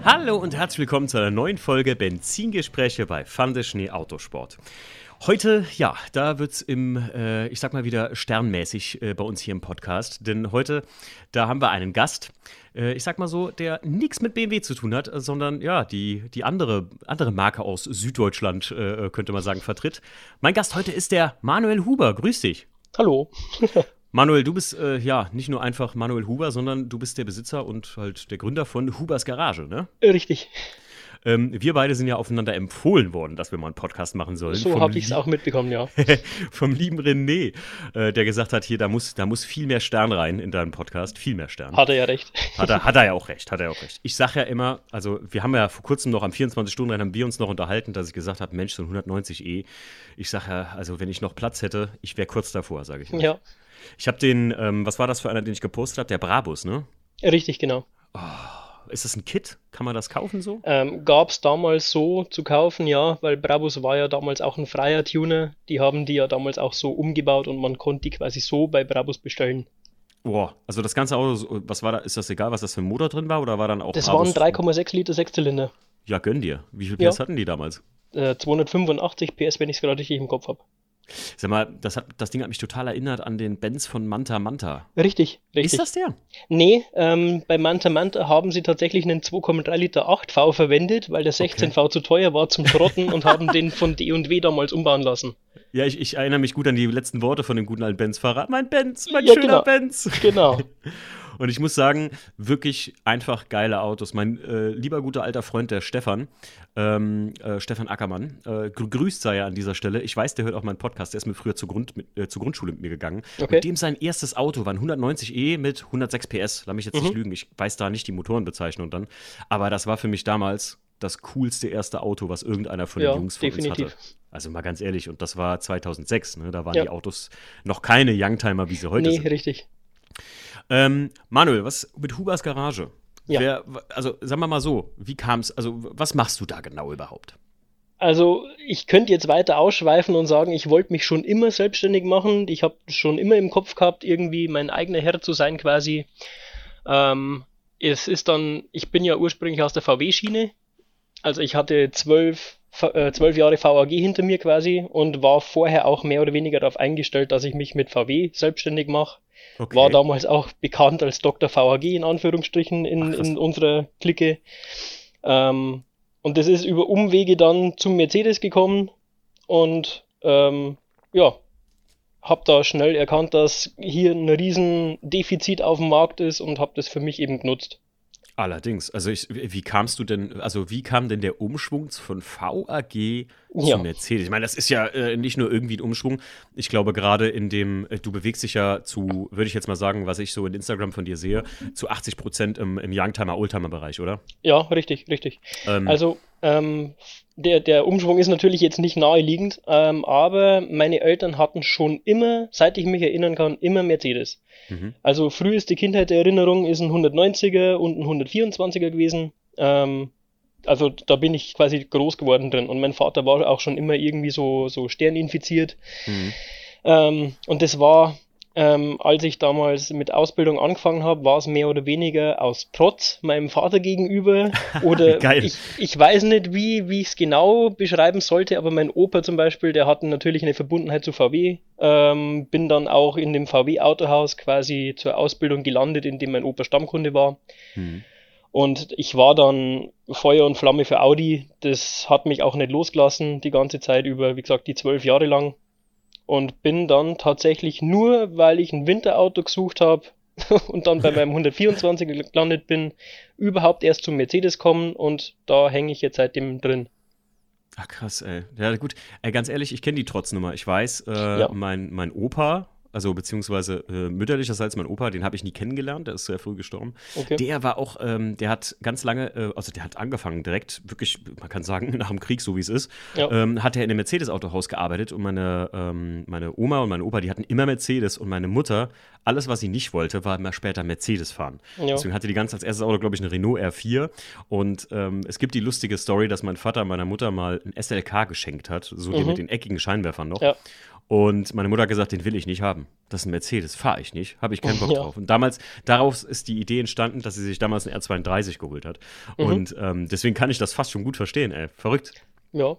Hallo und herzlich willkommen zu einer neuen Folge Benzingespräche bei Fande Schnee Autosport. Heute, ja, da wird es ich sag mal wieder sternmäßig bei uns hier im Podcast, denn heute, da haben wir einen Gast, ich sag mal so, der nichts mit BMW zu tun hat, sondern ja, die andere Marke aus Süddeutschland, könnte man sagen, vertritt. Mein Gast heute ist der Manuel Huber, grüß dich. Hallo. Manuel, du bist ja nicht nur einfach Manuel Huber, sondern du bist der Besitzer und halt der Gründer von Hubers Garage, ne? Richtig. Wir beide sind ja aufeinander empfohlen worden, dass wir mal einen Podcast machen sollen. So habe ich es auch mitbekommen, ja. Vom lieben René, der gesagt hat, hier, da muss viel mehr Stern rein in deinen Podcast, viel mehr Stern. Hat er ja recht. Hat er ja auch recht. Ich sage ja immer, also wir haben ja vor kurzem noch am 24-Stunden-Rennen haben wir uns noch unterhalten, dass ich gesagt habe, Mensch, so ein 190e, ich sage ja, also wenn ich noch Platz hätte, ich wäre kurz davor, sage ich. Ja. Ich habe den, was war das für einer, den ich gepostet habe? Der Brabus, ne? Richtig, genau. Oh, ist das ein Kit? Kann man das kaufen so? Gab es damals so zu kaufen, ja, weil Brabus war ja damals auch ein freier Tuner. Die haben die ja damals auch so umgebaut und man konnte die quasi so bei Brabus bestellen. Boah, also das ganze Auto, was war da, ist das egal, was das für ein Motor drin war oder war dann auch Das Brabus? waren 3,6 Liter Sechszylinder. Ja, gönn dir. Wie viel PS hatten die damals? 285 PS, wenn ich es gerade richtig im Kopf habe. Sag mal, das Ding hat mich total erinnert an den Benz von Manta Manta. Richtig. Ist das der? Nee, bei Manta Manta haben sie tatsächlich einen 2,3 Liter 8V verwendet, weil der 16V zu teuer war zum Schrotten und haben den von D&W damals umbauen lassen. Ja, ich erinnere mich gut an die letzten Worte von dem guten alten Benz-Fahrer. Mein Benz, mein schöner Benz. Genau. Und ich muss sagen, wirklich einfach geile Autos. Mein lieber guter alter Freund, der Stefan Ackermann, grüßt sei er an dieser Stelle. Ich weiß, der hört auch meinen Podcast, der ist mir früher zur Grundschule mit mir gegangen. Okay. Und dem sein erstes Auto war ein 190e mit 106 PS. Lass mich jetzt nicht lügen, ich weiß da nicht die Motorenbezeichnung dann. Aber das war für mich damals das coolste erste Auto, was irgendeiner von den Jungs von definitiv. uns hatte. Also mal ganz ehrlich, und das war 2006, ne? Da waren die Autos noch keine Youngtimer, wie sie heute sind. Nee, richtig. Manuel, was mit Hubers Garage? Ja. Also sagen wir mal so, wie kam es, also was machst du da genau überhaupt? Also ich könnte jetzt weiter ausschweifen und sagen, ich wollte mich schon immer selbstständig machen. Ich habe schon immer im Kopf gehabt, irgendwie mein eigener Herr zu sein quasi. Es ist dann, ich bin ja ursprünglich aus der VW-Schiene. Also ich hatte 12 Jahre VAG hinter mir quasi und war vorher auch mehr oder weniger darauf eingestellt, dass ich mich mit VW selbstständig mache. Okay. War damals auch bekannt als Dr. VAG in Anführungsstrichen in unserer Clique. Und das ist über Umwege dann zum Mercedes gekommen und habe da schnell erkannt, dass hier ein riesen Defizit auf dem Markt ist und habe das für mich eben genutzt. Allerdings, also wie kam denn der Umschwung von VAG zu Mercedes? Ich meine, das ist ja nicht nur irgendwie ein Umschwung. Ich glaube, gerade in dem, du bewegst dich ja zu, würde ich jetzt mal sagen, was ich so in Instagram von dir sehe, zu 80% im Youngtimer, Oldtimer-Bereich, oder? Ja, richtig. Der Umschwung ist natürlich jetzt nicht naheliegend, aber meine Eltern hatten schon immer, seit ich mich erinnern kann, immer Mercedes. Mhm. Also früheste Kindheit der Erinnerung ist ein 190er und ein 124er gewesen. Also da bin ich quasi groß geworden drin. Und mein Vater war auch schon immer irgendwie so sterninfiziert. Mhm. Und das war, als ich damals mit Ausbildung angefangen habe, war es mehr oder weniger aus Trotz meinem Vater gegenüber. Oder ich weiß nicht, wie ich es genau beschreiben sollte, aber mein Opa zum Beispiel, der hatte natürlich eine Verbundenheit zu VW. Bin dann auch in dem VW-Autohaus quasi zur Ausbildung gelandet, in dem mein Opa Stammkunde war. Mhm. Und ich war dann Feuer und Flamme für Audi. Das hat mich auch nicht losgelassen, die ganze Zeit über, wie gesagt, die 12 Jahre lang. Und bin dann tatsächlich nur, weil ich ein Winterauto gesucht habe und dann bei meinem 124er gelandet bin, überhaupt erst zum Mercedes kommen und da hänge ich jetzt seitdem drin. Ach krass, ey. Ja gut, ganz ehrlich, ich kenne die Trotznummer. Ich weiß, mein Opa, also beziehungsweise mütterlicherseits mein Opa, den habe ich nie kennengelernt, der ist sehr früh gestorben. Okay. Der war auch, der hat ganz lange, also der hat angefangen direkt, wirklich, man kann sagen, nach dem Krieg, so wie es ist, hat er in einem Mercedes-Autohaus gearbeitet und meine Oma und mein Opa, die hatten immer Mercedes und meine Mutter, alles, was sie nicht wollte, war immer später Mercedes fahren. Ja. Deswegen hatte die ganz als erstes Auto, glaube ich, eine Renault R4 und es gibt die lustige Story, dass mein Vater meiner Mutter mal ein SLK geschenkt hat, so die mit den eckigen Scheinwerfern noch. Ja. Und meine Mutter hat gesagt, den will ich nicht haben. Das ist ein Mercedes, fahre ich nicht, habe ich keinen Bock drauf. Und daraus ist die Idee entstanden, dass sie sich damals einen R32 geholt hat. Und deswegen kann ich das fast schon gut verstehen, ey. Verrückt. Ja.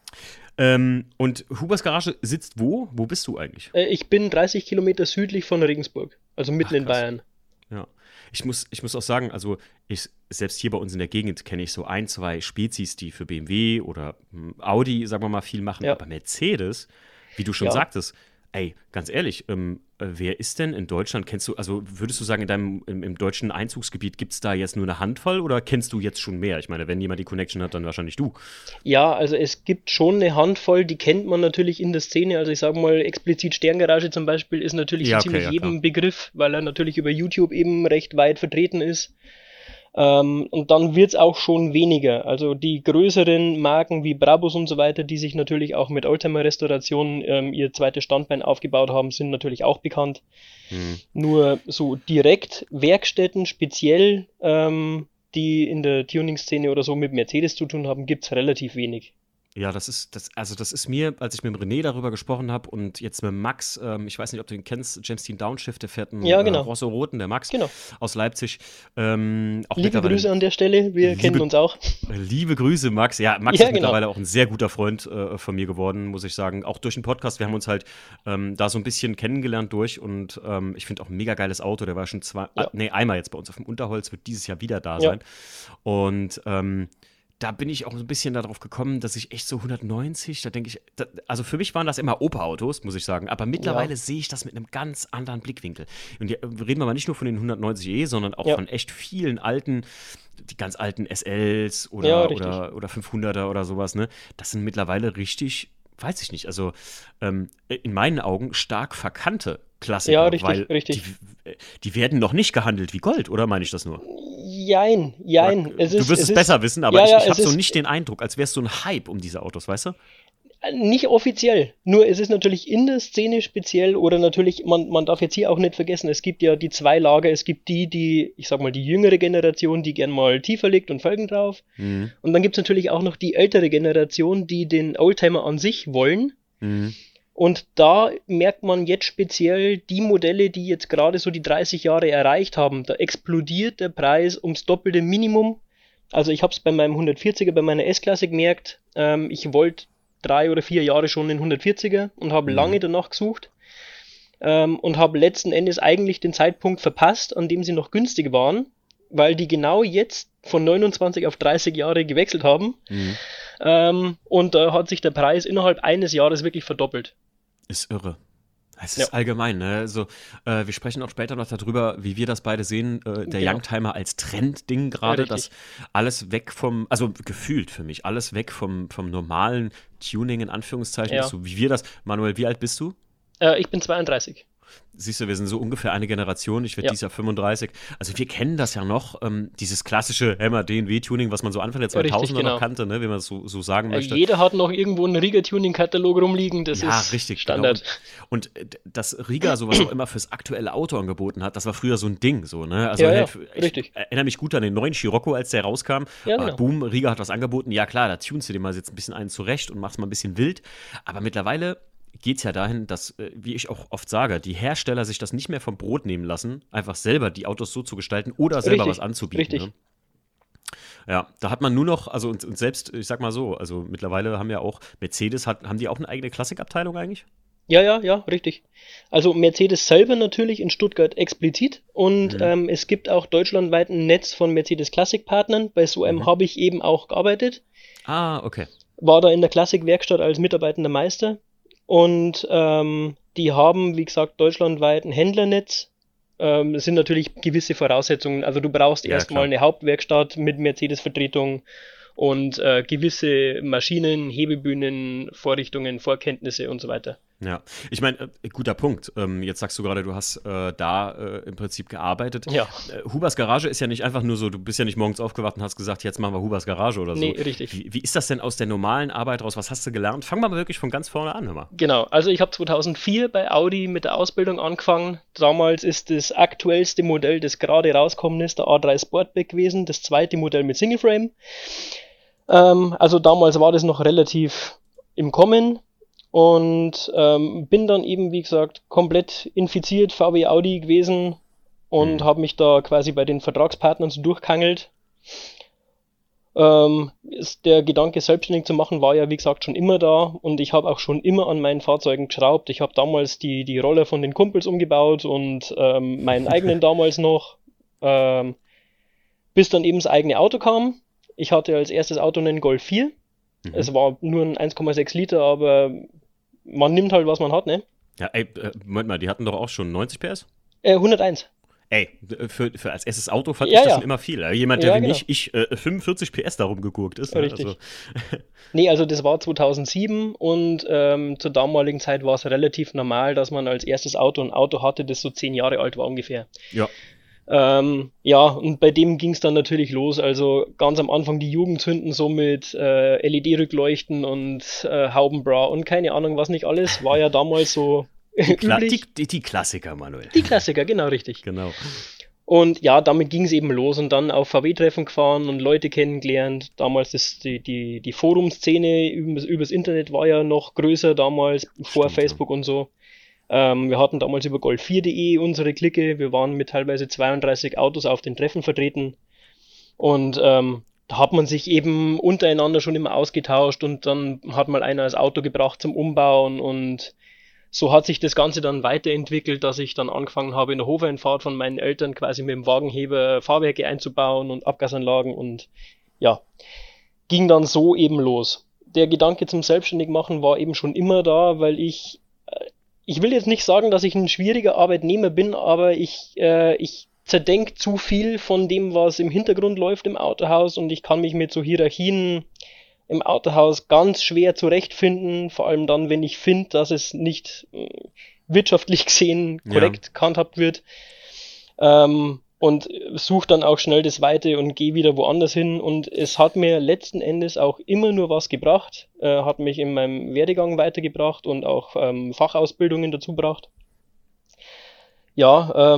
Und Hubers Garage sitzt wo? Wo bist du eigentlich? Ich bin 30 Kilometer südlich von Regensburg, also mitten in Bayern. Ja. Ich muss auch sagen, also selbst hier bei uns in der Gegend kenne ich so 1, 2 Spezies, die für BMW oder Audi, sagen wir mal, viel machen. Aber Mercedes, wie du schon sagtest, ey, ganz ehrlich, wer ist denn in Deutschland, kennst du, also würdest du sagen, im deutschen Einzugsgebiet gibt es da jetzt nur eine Handvoll oder kennst du jetzt schon mehr? Ich meine, wenn jemand die Connection hat, dann wahrscheinlich du. Ja, also es gibt schon eine Handvoll, die kennt man natürlich in der Szene. Also ich sage mal, explizit Sterngarage zum Beispiel ist natürlich ziemlich jedem Begriff, weil er natürlich über YouTube eben recht weit vertreten ist. Und dann wird es auch schon weniger. Also die größeren Marken wie Brabus und so weiter, die sich natürlich auch mit Oldtimer-Restaurationen ihr zweites Standbein aufgebaut haben, sind natürlich auch bekannt. Nur so direkt Werkstätten, speziell, die in der Tuning-Szene oder so mit Mercedes zu tun haben, gibt es relativ wenig. Ja, das ist mir, als ich mit dem René darüber gesprochen habe und jetzt mit Max, ich weiß nicht, ob du ihn kennst, James Dean Downshift, der fährt einen Rosso Roten, der Max aus Leipzig. Auch liebe Grüße an der Stelle, wir kennen uns auch. Liebe Grüße, Max. Ja, Max ist mittlerweile auch ein sehr guter Freund von mir geworden, muss ich sagen. Auch durch den Podcast, wir haben uns halt da so ein bisschen kennengelernt durch und ich finde auch ein mega geiles Auto, der war schon einmal jetzt bei uns auf dem Unterholz, wird dieses Jahr wieder da sein. Und da bin ich auch ein bisschen darauf gekommen, dass ich echt so 190, da denke ich, also für mich waren das immer Opa-Autos, muss ich sagen, aber mittlerweile sehe ich das mit einem ganz anderen Blickwinkel. Und hier reden wir mal nicht nur von den 190e, sondern auch von echt vielen alten, die ganz alten SLs oder 500er oder sowas, ne? Das sind mittlerweile richtig, weiß ich nicht, also in meinen Augen stark verkannte Klassiker, ja, richtig, weil richtig. Die werden noch nicht gehandelt wie Gold, oder meine ich das nur? Jein. Du wirst es besser wissen, aber ich habe so nicht den Eindruck, als wäre es so ein Hype um diese Autos, weißt du? Nicht offiziell, nur es ist natürlich in der Szene speziell oder natürlich, man darf jetzt hier auch nicht vergessen, es gibt ja die zwei Lager, es gibt die, ich sag mal, die jüngere Generation, die gern mal tiefer liegt und Felgen drauf. Und dann gibt es natürlich auch noch die ältere Generation, die den Oldtimer an sich wollen. Und da merkt man jetzt speziell die Modelle, die jetzt gerade so die 30 Jahre erreicht haben, da explodiert der Preis ums doppelte Minimum. Also ich habe es bei meinem 140er, bei meiner S-Klasse gemerkt, ich wollte 3 oder 4 Jahre schon den 140er und habe lange danach gesucht und habe letzten Endes eigentlich den Zeitpunkt verpasst, an dem sie noch günstig waren, weil die genau jetzt von 29 auf 30 Jahre gewechselt haben. Und da hat sich der Preis innerhalb eines Jahres wirklich verdoppelt. Ist irre. Es ist allgemein, ne? Also, wir sprechen auch später noch darüber, wie wir das beide sehen, der Youngtimer als Trendding gerade, dass alles weg also gefühlt für mich, alles weg vom normalen Tuning in Anführungszeichen ist, so wie wir das. Manuel, wie alt bist du? Ich bin 32. Siehst du, wir sind so ungefähr eine Generation. Ich werde dieses Jahr 35. Also wir kennen das ja noch, dieses klassische DNW-Tuning, was man so Anfang der 2000er noch kannte, ne, wie man es so sagen möchte. Jeder hat noch irgendwo einen Riga-Tuning-Katalog rumliegen, das ist richtig, Standard. Genau. Und dass Riga sowas auch immer fürs aktuelle Auto angeboten hat, das war früher so ein Ding, so, ne? Also ich erinnere mich gut an den neuen Scirocco, als der rauskam. Boom, Riga hat was angeboten. Ja klar, da tunst du dir mal jetzt ein bisschen einen zurecht und machst mal ein bisschen wild. Aber mittlerweile geht es ja dahin, dass, wie ich auch oft sage, die Hersteller sich das nicht mehr vom Brot nehmen lassen, einfach selber die Autos so zu gestalten oder selber was anzubieten. Ne? Ja, da hat man nur noch, also und selbst, ich sag mal so, also mittlerweile haben ja auch Mercedes, haben die auch eine eigene Klassikabteilung eigentlich? Ja, richtig. Also Mercedes selber natürlich in Stuttgart explizit und es gibt auch deutschlandweit ein Netz von Mercedes Klassikpartnern. Bei so einem habe ich eben auch gearbeitet. Ah, okay. War da in der Klassikwerkstatt als mitarbeitender Meister. Und die haben, wie gesagt, deutschlandweit ein Händlernetz. Es sind natürlich gewisse Voraussetzungen. Also du brauchst erstmal eine Hauptwerkstatt mit Mercedes-Vertretung und gewisse Maschinen, Hebebühnen, Vorrichtungen, Vorkenntnisse und so weiter. Ja, ich meine, guter Punkt. Jetzt sagst du gerade, du hast da im Prinzip gearbeitet. Ja. Hubers Garage ist ja nicht einfach nur so, du bist ja nicht morgens aufgewacht und hast gesagt, jetzt machen wir Hubers Garage oder so. Nee, richtig. Wie ist das denn aus der normalen Arbeit raus? Was hast du gelernt? Fang mal wirklich von ganz vorne an, hör mal. Genau, also ich habe 2004 bei Audi mit der Ausbildung angefangen. Damals ist das aktuellste Modell, das gerade rausgekommen ist, der A3 Sportback gewesen, das zweite Modell mit Singleframe. Also damals war das noch relativ im Kommen. Und bin dann eben, wie gesagt, komplett infiziert VW Audi gewesen und habe mich da quasi bei den Vertragspartnern so durchgehangelt. Der Gedanke, selbstständig zu machen, war ja, wie gesagt, schon immer da und ich habe auch schon immer an meinen Fahrzeugen geschraubt. Ich habe damals die Roller von den Kumpels umgebaut und meinen eigenen damals noch, bis dann eben das eigene Auto kam. Ich hatte als erstes Auto einen Golf 4. Es war nur ein 1,6 Liter, aber man nimmt halt, was man hat, ne? Ja, ey, Moment mal, die hatten doch auch schon 90 PS? 101. Ey, für als erstes Auto fand ich das schon immer viel. Jemand, der wie ich 45 PS darum gegurkt ist. Ne? Richtig. Also. Nee, also das war 2007 und zur damaligen Zeit war es relativ normal, dass man als erstes Auto ein Auto hatte, das so 10 Jahre alt war ungefähr. Ja. Und bei dem ging es dann natürlich los. Also ganz am Anfang die Jugendzünden so mit LED-Rückleuchten und Haubenbra und keine Ahnung was nicht alles, war ja damals so üblich. Die Klassiker, Manuel. Die Klassiker, genau, richtig. Genau. Und ja, damit ging es eben los und dann auf VW-Treffen gefahren und Leute kennengelernt. Damals die Forumszene übers Internet war ja noch größer damals, vor Facebook und so. Wir hatten damals über golf4.de unsere Clique. Wir waren mit teilweise 32 Autos auf den Treffen vertreten. Und da hat man sich eben untereinander schon immer ausgetauscht und dann hat mal einer das Auto gebracht zum Umbauen und so hat sich das Ganze dann weiterentwickelt, dass ich dann angefangen habe, in der Hofeinfahrt von meinen Eltern quasi mit dem Wagenheber Fahrwerke einzubauen und Abgasanlagen und ja, ging dann so eben los. Der Gedanke zum Selbstständigmachen war eben schon immer da, weil ich will jetzt nicht sagen, dass ich ein schwieriger Arbeitnehmer bin, aber ich zerdenke zu viel von dem, was im Hintergrund läuft im Autohaus und ich kann mich mit so Hierarchien im Autohaus ganz schwer zurechtfinden, vor allem dann, wenn ich finde, dass es nicht wirtschaftlich gesehen korrekt gehandhabt wird. Und suche dann auch schnell das Weite und gehe wieder woanders hin. Und es hat mir letzten Endes auch immer nur was gebracht, hat mich in meinem Werdegang weitergebracht und auch Fachausbildungen dazu gebracht. Ja,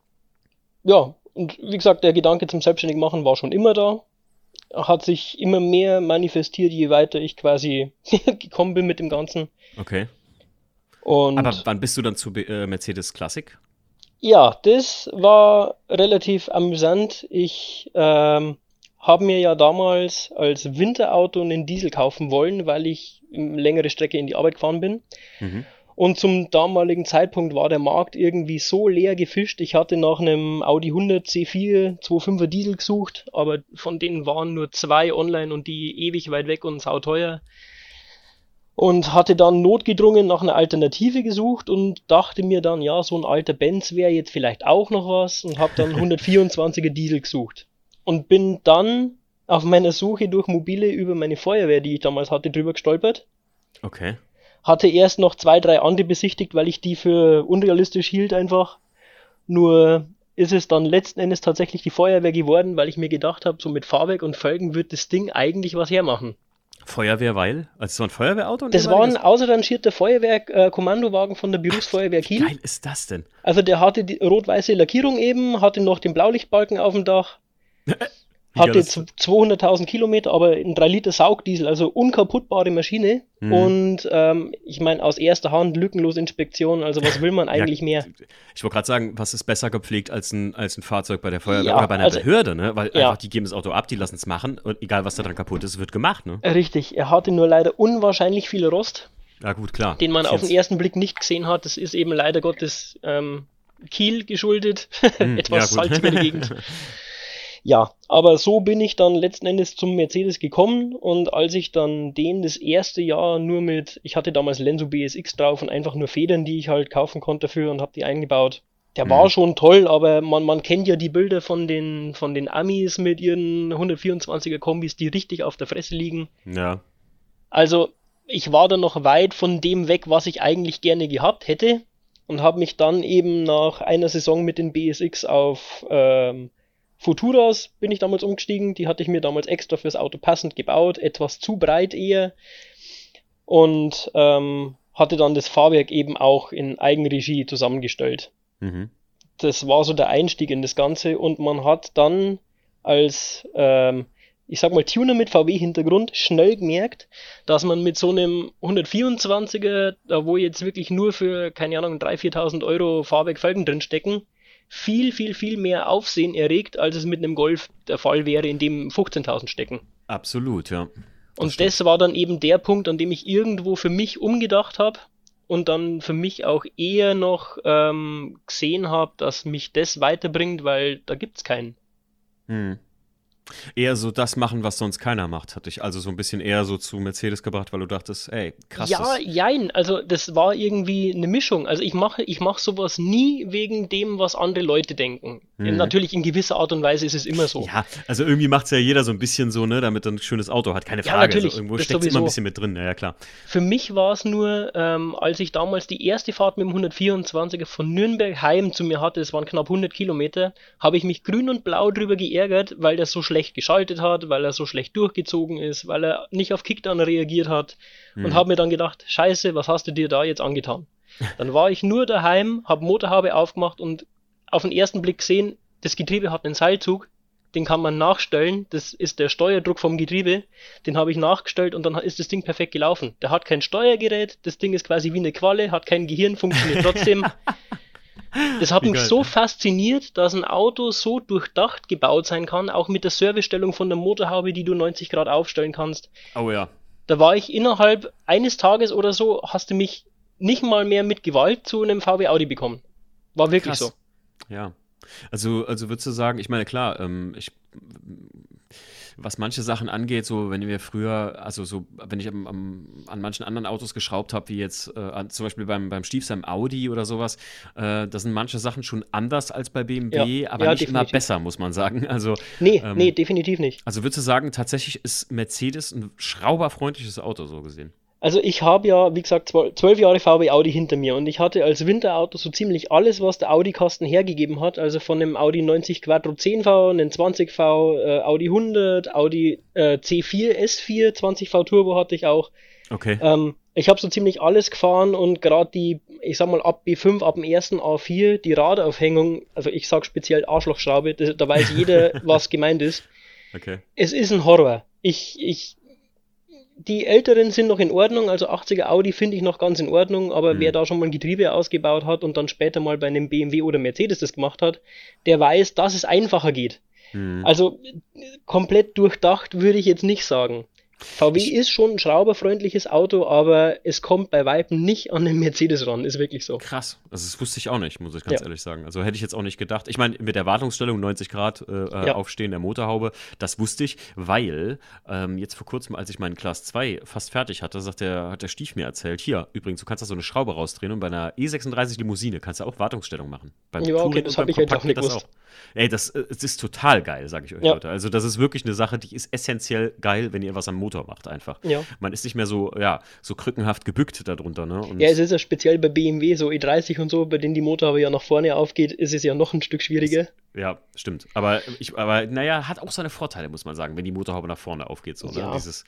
und wie gesagt, der Gedanke zum Selbstständigmachen war schon immer da. Hat sich immer mehr manifestiert, je weiter ich quasi gekommen bin mit dem Ganzen. Okay. Und aber wann bist du dann zu Mercedes Classic? Ja, das war relativ amüsant. Ich habe mir ja damals als Winterauto einen Diesel kaufen wollen, weil ich längere Strecke in die Arbeit gefahren bin. Mhm. Und zum damaligen Zeitpunkt war der Markt irgendwie so leer gefischt. Ich hatte nach einem Audi 100 C4 2.5er Diesel gesucht, aber von denen waren nur 2 online und die ewig weit weg und sauteuer. Und hatte dann notgedrungen nach einer Alternative gesucht und dachte mir dann, ja, so ein alter Benz wäre jetzt vielleicht auch noch was und habe dann 124er Diesel gesucht. Und bin dann auf meiner Suche durch Mobile über meine Feuerwehr, die ich damals hatte, drüber gestolpert. Okay. Hatte erst noch 2, 3 andere besichtigt, weil ich die für unrealistisch hielt einfach. Nur ist es dann letzten Endes tatsächlich die Feuerwehr geworden, weil ich mir gedacht habe, so mit Fahrwerk und Felgen wird das Ding eigentlich was hermachen. Feuerwehr, weil? Also so ein Feuerwehrauto? Das war ein ausrangierter Feuerwehr-Kommandowagen von der Berufsfeuerwehr Kiel. Wie geil ist das denn? Also der hatte die rot-weiße Lackierung eben, hatte noch den Blaulichtbalken auf dem Dach. Hatte 200.000 Kilometer, aber ein 3 Liter Saugdiesel, also unkaputtbare Maschine. Mhm. Und ich meine, aus erster Hand lückenlose Inspektion, also was will man eigentlich mehr? Ich wollte gerade sagen, was ist besser gepflegt als ein Fahrzeug bei der Feuerwehr oder bei einer Behörde, ne? Weil einfach die geben das Auto ab, die lassen es machen und egal, was da dran kaputt ist, wird gemacht, ne? Richtig, er hatte nur leider unwahrscheinlich viel Rost. Ja gut, klar. Den man auf den ersten Blick nicht gesehen hat. Das ist eben leider Gottes Kiel geschuldet. Etwas salzige Gegend. Ja, aber so bin ich dann letzten Endes zum Mercedes gekommen und als ich dann das erste Jahr nur ich hatte damals Lenzo BSX drauf und einfach nur Federn, die ich halt kaufen konnte dafür und habe die eingebaut. Der war schon toll, aber man kennt ja die Bilder von den Amis mit ihren 124er Kombis, die richtig auf der Fresse liegen. Ja. Also ich war da noch weit von dem weg, was ich eigentlich gerne gehabt hätte und habe mich dann eben nach einer Saison mit den BSX auf Futuras bin ich damals umgestiegen, die hatte ich mir damals extra fürs Auto passend gebaut, etwas zu breit eher und hatte dann das Fahrwerk eben auch in Eigenregie zusammengestellt. Mhm. Das war so der Einstieg in das Ganze und man hat dann als ich sag mal, Tuner mit VW-Hintergrund schnell gemerkt, dass man mit so einem 124er, da wo jetzt wirklich nur für, keine Ahnung, 3.000, 4.000 Euro Fahrwerk-Felgen drinstecken, viel, viel, viel mehr Aufsehen erregt, als es mit einem Golf der Fall wäre, in dem 15.000 stecken. Absolut, ja. Und das war dann eben der Punkt, an dem ich irgendwo für mich umgedacht habe und dann für mich auch eher noch gesehen habe, dass mich das weiterbringt, weil da gibt's keinen. Eher so das machen, was sonst keiner macht, hatte ich also so ein bisschen eher so zu Mercedes gebracht, weil du dachtest, ey, krass. Ja, jein, also das war irgendwie eine Mischung. Also ich mache sowas nie wegen dem, was andere Leute denken. Natürlich in gewisser Art und Weise ist es immer so. Ja, also irgendwie macht es ja jeder so ein bisschen so, ne, damit er ein schönes Auto hat, keine Frage. Ja, natürlich. Also irgendwo steckt es immer ein bisschen mit drin, ja klar. Für mich war es nur, als ich damals die erste Fahrt mit dem 124er von Nürnberg heim zu mir hatte, es waren knapp 100 Kilometer, habe ich mich grün und blau drüber geärgert, weil der so schlecht geschaltet hat, weil er so schlecht durchgezogen ist, weil er nicht auf Kickdown reagiert hat und habe mir dann gedacht, scheiße, was hast du dir da jetzt angetan? Dann war ich nur daheim, habe Motorhaube aufgemacht und auf den ersten Blick gesehen, das Getriebe hat einen Seilzug, den kann man nachstellen, das ist der Steuerdruck vom Getriebe, den habe ich nachgestellt und dann ist das Ding perfekt gelaufen. Der hat kein Steuergerät, das Ding ist quasi wie eine Qualle, hat kein Gehirn, funktioniert trotzdem. Das hat mich so fasziniert, dass ein Auto so durchdacht gebaut sein kann, auch mit der Servicestellung von der Motorhaube, die du 90 Grad aufstellen kannst. Oh ja. Da war ich innerhalb eines Tages oder so, hast du mich nicht mal mehr mit Gewalt zu einem VW Audi bekommen. War wirklich so. Ja. Also würdest du sagen, ich meine, klar, was manche Sachen angeht, so wenn wir früher, also so, wenn ich an manchen anderen Autos geschraubt habe, wie jetzt zum Beispiel beim Stiefsheim Audi oder sowas, da sind manche Sachen schon anders als bei BMW, aber nicht immer besser, muss man sagen. Also, nee, definitiv nicht. Also würdest du sagen, tatsächlich ist Mercedes ein schrauberfreundliches Auto, so gesehen? Also ich habe ja, wie gesagt, 12 Jahre VW Audi hinter mir und ich hatte als Winterauto so ziemlich alles, was der Audi-Kasten hergegeben hat. Also von einem Audi 90 Quattro 10V, einen 20V, Audi 100, Audi C4, S4, 20V Turbo hatte ich auch. Okay. Ich habe so ziemlich alles gefahren und gerade die, ich sag mal ab B5, ab dem ersten A4, die Radaufhängung, also ich sag speziell Arschlochschraube, da weiß jeder, was gemeint ist. Okay. Es ist ein Horror. Die älteren sind noch in Ordnung, also 80er Audi finde ich noch ganz in Ordnung, aber wer da schon mal ein Getriebe ausgebaut hat und dann später mal bei einem BMW oder Mercedes das gemacht hat, der weiß, dass es einfacher geht. Also komplett durchdacht würde ich jetzt nicht sagen. VW ist schon ein schrauberfreundliches Auto, aber es kommt bei Weitem nicht an den Mercedes ran, ist wirklich so. Krass, also das wusste ich auch nicht, muss ich ganz ehrlich sagen. Also hätte ich jetzt auch nicht gedacht. Ich meine, mit der Wartungsstellung 90 Grad Aufstehen der Motorhaube, das wusste ich, weil jetzt vor kurzem, als ich meinen Class 2 fast fertig hatte, hat der Stief mir erzählt, hier, übrigens, du kannst da so eine Schraube rausdrehen und bei einer E36 Limousine kannst du auch Wartungsstellung machen. Beim okay, das habe ich jetzt auch nicht gewusst. Ey, das ist total geil, sage ich euch, Leute. Also das ist wirklich eine Sache, die ist essentiell geil, wenn ihr was am Motor macht einfach. Ja. Man ist nicht mehr so krückenhaft gebückt darunter, ne? Und es ist ja speziell bei BMW, so E30 und so, bei denen die Motorhaube ja nach vorne aufgeht, ist es ja noch ein Stück schwieriger. Ja, stimmt. Aber naja, hat auch seine Vorteile, muss man sagen, wenn die Motorhaube nach vorne aufgeht. So, ne? Dieses,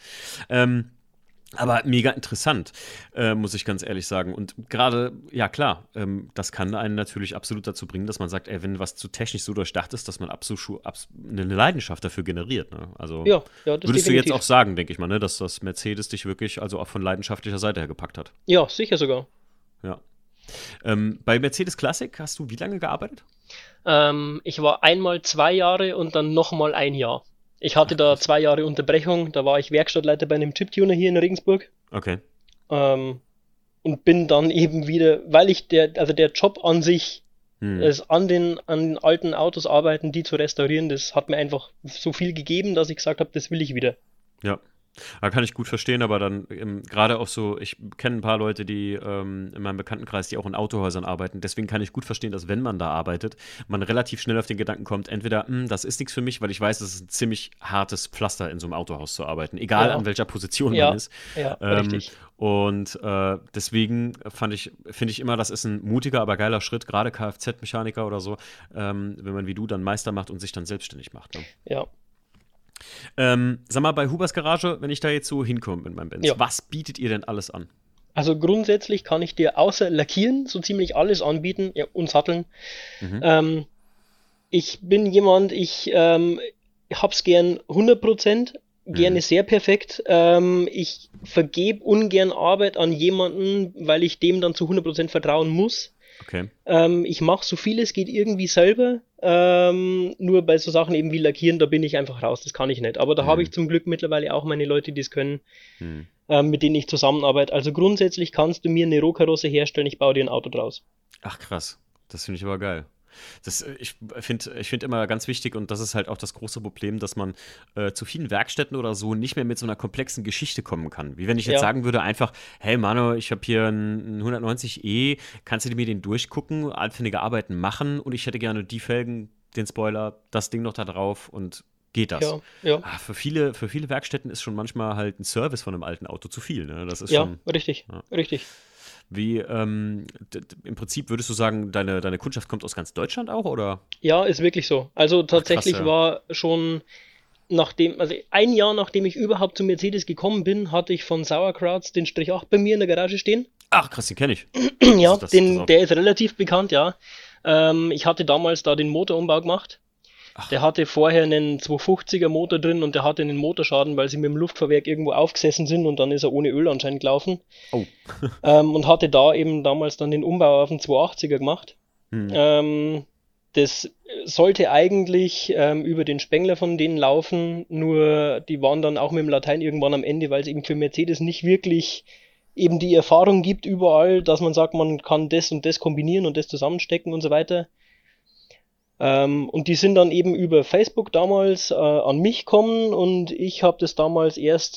aber mega interessant, muss ich ganz ehrlich sagen. Und gerade, ja klar, das kann einen natürlich absolut dazu bringen, dass man sagt, ey, wenn was zu technisch so durchdacht ist, dass man absolut eine Leidenschaft dafür generiert. Ne? Also das würdest definitiv. Du jetzt auch sagen, denke ich mal, ne, dass das Mercedes dich wirklich also auch von leidenschaftlicher Seite her gepackt hat. Ja, sicher sogar. Ja. Bei Mercedes Classic hast du wie lange gearbeitet? Ich war einmal 2 Jahre und dann nochmal 1 Jahr. Ich hatte da 2 Jahre Unterbrechung, da war ich Werkstattleiter bei einem Chiptuner hier in Regensburg. Okay. Und bin dann eben wieder, weil der Job an sich, es an den alten Autos arbeiten, die zu restaurieren, das hat mir einfach so viel gegeben, dass ich gesagt habe, das will ich wieder. Ja. Da kann ich gut verstehen, aber dann gerade auch so, ich kenne ein paar Leute, die in meinem Bekanntenkreis, die auch in Autohäusern arbeiten. Deswegen kann ich gut verstehen, dass wenn man da arbeitet, man relativ schnell auf den Gedanken kommt, entweder, das ist nichts für mich, weil ich weiß, es ist ein ziemlich hartes Pflaster, in so einem Autohaus zu arbeiten, egal an welcher Position man ist. Ja, richtig. Und deswegen finde ich immer, das ist ein mutiger, aber geiler Schritt, gerade Kfz-Mechaniker oder so, wenn man wie du dann Meister macht und sich dann selbstständig macht. Ne? Ja. Sag mal, bei Hubers Garage, wenn ich da jetzt so hinkomme mit meinem Benz, was bietet ihr denn alles an? Also grundsätzlich kann ich dir außer Lackieren so ziemlich alles anbieten, und Satteln. Ich bin jemand, hab's gern 100%, gerne sehr perfekt. Ich vergebe ungern Arbeit an jemanden, weil ich dem dann zu 100% vertrauen muss. Okay. Ich mache so viel es geht irgendwie selber. Nur bei so Sachen eben wie Lackieren, da bin ich einfach raus, das kann ich nicht. Aber da habe ich zum Glück mittlerweile auch meine Leute, die es können, mit denen ich zusammenarbeite. Also grundsätzlich kannst du mir eine Rohkarosse herstellen, ich baue dir ein Auto draus. Ach krass, das finde ich aber geil. Ich find immer ganz wichtig, und das ist halt auch das große Problem, dass man zu vielen Werkstätten oder so nicht mehr mit so einer komplexen Geschichte kommen kann. Wie wenn ich jetzt sagen würde einfach, hey Manu, ich habe hier einen 190e, kannst du mir den durchgucken, anfällige Arbeiten machen und ich hätte gerne die Felgen, den Spoiler, das Ding noch da drauf und geht das? Ja. Für viele Werkstätten ist schon manchmal halt ein Service von einem alten Auto zu viel. Ne? Das ist richtig. Wie, im Prinzip würdest du sagen, deine Kundschaft kommt aus ganz Deutschland auch, oder? Ja, ist wirklich so. Also tatsächlich krass, war schon ein Jahr nachdem ich überhaupt zu Mercedes gekommen bin, hatte ich von Sauerkrauts den Strich 8 bei mir in der Garage stehen. Ach, krass, den kenne ich. Ja, der ist relativ bekannt, ja. Ich hatte damals da den Motorumbau gemacht. Der hatte vorher einen 250er Motor drin und der hatte einen Motorschaden, weil sie mit dem Luftfahrwerk irgendwo aufgesessen sind und dann ist er ohne Öl anscheinend gelaufen. Oh. Und hatte da eben damals dann den Umbau auf den 280er gemacht. Das sollte eigentlich über den Spengler von denen laufen, nur die waren dann auch mit dem Latein irgendwann am Ende, weil es eben für Mercedes nicht wirklich eben die Erfahrung gibt überall, dass man sagt, man kann das und das kombinieren und das zusammenstecken und so weiter. Und die sind dann eben über Facebook damals an mich gekommen und ich habe das damals erst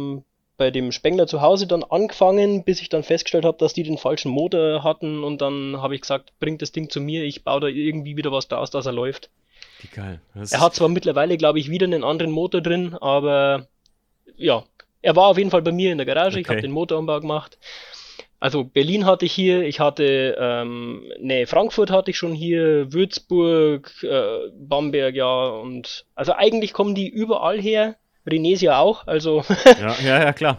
bei dem Spengler zu Hause dann angefangen, bis ich dann festgestellt habe, dass die den falschen Motor hatten und dann habe ich gesagt, bringt das Ding zu mir, ich baue da irgendwie wieder was draus, dass er läuft. Wie geil. Er hat zwar mittlerweile, glaube ich, wieder einen anderen Motor drin, aber ja, er war auf jeden Fall bei mir in der Garage, Ich habe den Motorumbau gemacht. Also Berlin hatte ich hier, ich hatte Frankfurt hatte ich schon hier, Würzburg, Bamberg, ja, und also eigentlich kommen die überall her, Renesia auch, also ja, klar.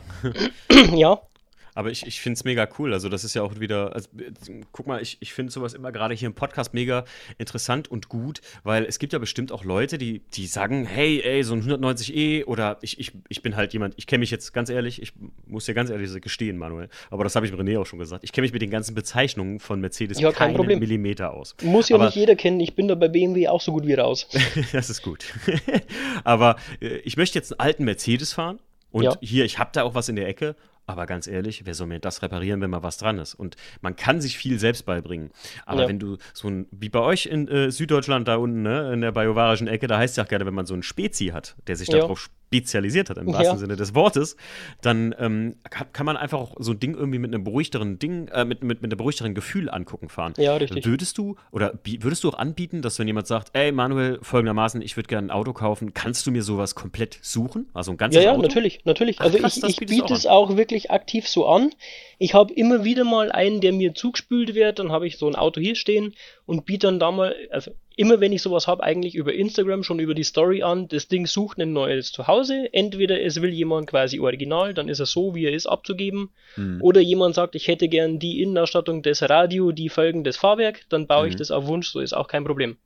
ja. Aber ich finde es mega cool. Also, das ist ja auch wieder, also, guck mal, ich finde sowas immer gerade hier im Podcast mega interessant und gut, weil es gibt ja bestimmt auch Leute, die sagen, hey, ey, so ein 190e oder ich bin halt jemand, ich kenne mich jetzt ganz ehrlich, ich muss dir ganz ehrlich gestehen, Manuel, aber das habe ich René auch schon gesagt, ich kenne mich mit den ganzen Bezeichnungen von Mercedes keinen Millimeter aus. Muss ja nicht jeder kennen, ich bin da bei BMW auch so gut wie raus. Das ist gut. Aber ich möchte jetzt einen alten Mercedes fahren und hier, ich habe da auch was in der Ecke. Aber ganz ehrlich, wer soll mir das reparieren, wenn mal was dran ist? Und man kann sich viel selbst beibringen. Aber wenn du wie bei euch in Süddeutschland da unten, ne, in der bajuwarischen Ecke, da heißt es ja auch gerne, wenn man so einen Spezi hat, der sich darauf spezialisiert hat, im wahrsten Sinne des Wortes, dann kann man einfach auch so ein Ding irgendwie mit einem beruhigteren mit einem beruhigteren Gefühl angucken fahren. Ja, richtig. Würdest du auch anbieten, dass wenn jemand sagt, ey Manuel, folgendermaßen, ich würde gerne ein Auto kaufen, kannst du mir sowas komplett suchen? Also ein ganzes Auto? Ja, natürlich. Ach, also krass, ich biete es auch wirklich aktiv so an. Ich habe immer wieder mal einen, der mir zugespült wird, dann habe ich so ein Auto hier stehen und biete dann da mal, also immer wenn ich sowas habe, eigentlich über Instagram, schon über die Story an, das Ding sucht ein neues Zuhause, entweder es will jemand quasi original, dann ist er so, wie er ist, abzugeben, oder jemand sagt, ich hätte gern die Innenausstattung, das Radio, die Felgen, das Fahrwerk, dann baue ich das auf Wunsch, so ist auch kein Problem.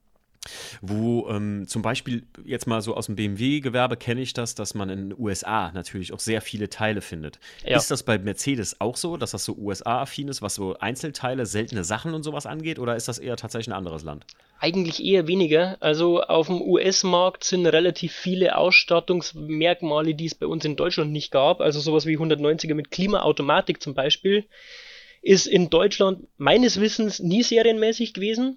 Wo zum Beispiel jetzt mal so aus dem BMW-Gewerbe kenne ich das, dass man in den USA natürlich auch sehr viele Teile findet. Ja. Ist das bei Mercedes auch so, dass das so USA-affin ist, was so Einzelteile, seltene Sachen und sowas angeht, oder ist das eher tatsächlich ein anderes Land? Eigentlich eher weniger. Also auf dem US-Markt sind relativ viele Ausstattungsmerkmale, die es bei uns in Deutschland nicht gab. Also sowas wie 190er mit Klimaautomatik zum Beispiel, ist in Deutschland meines Wissens nie serienmäßig gewesen.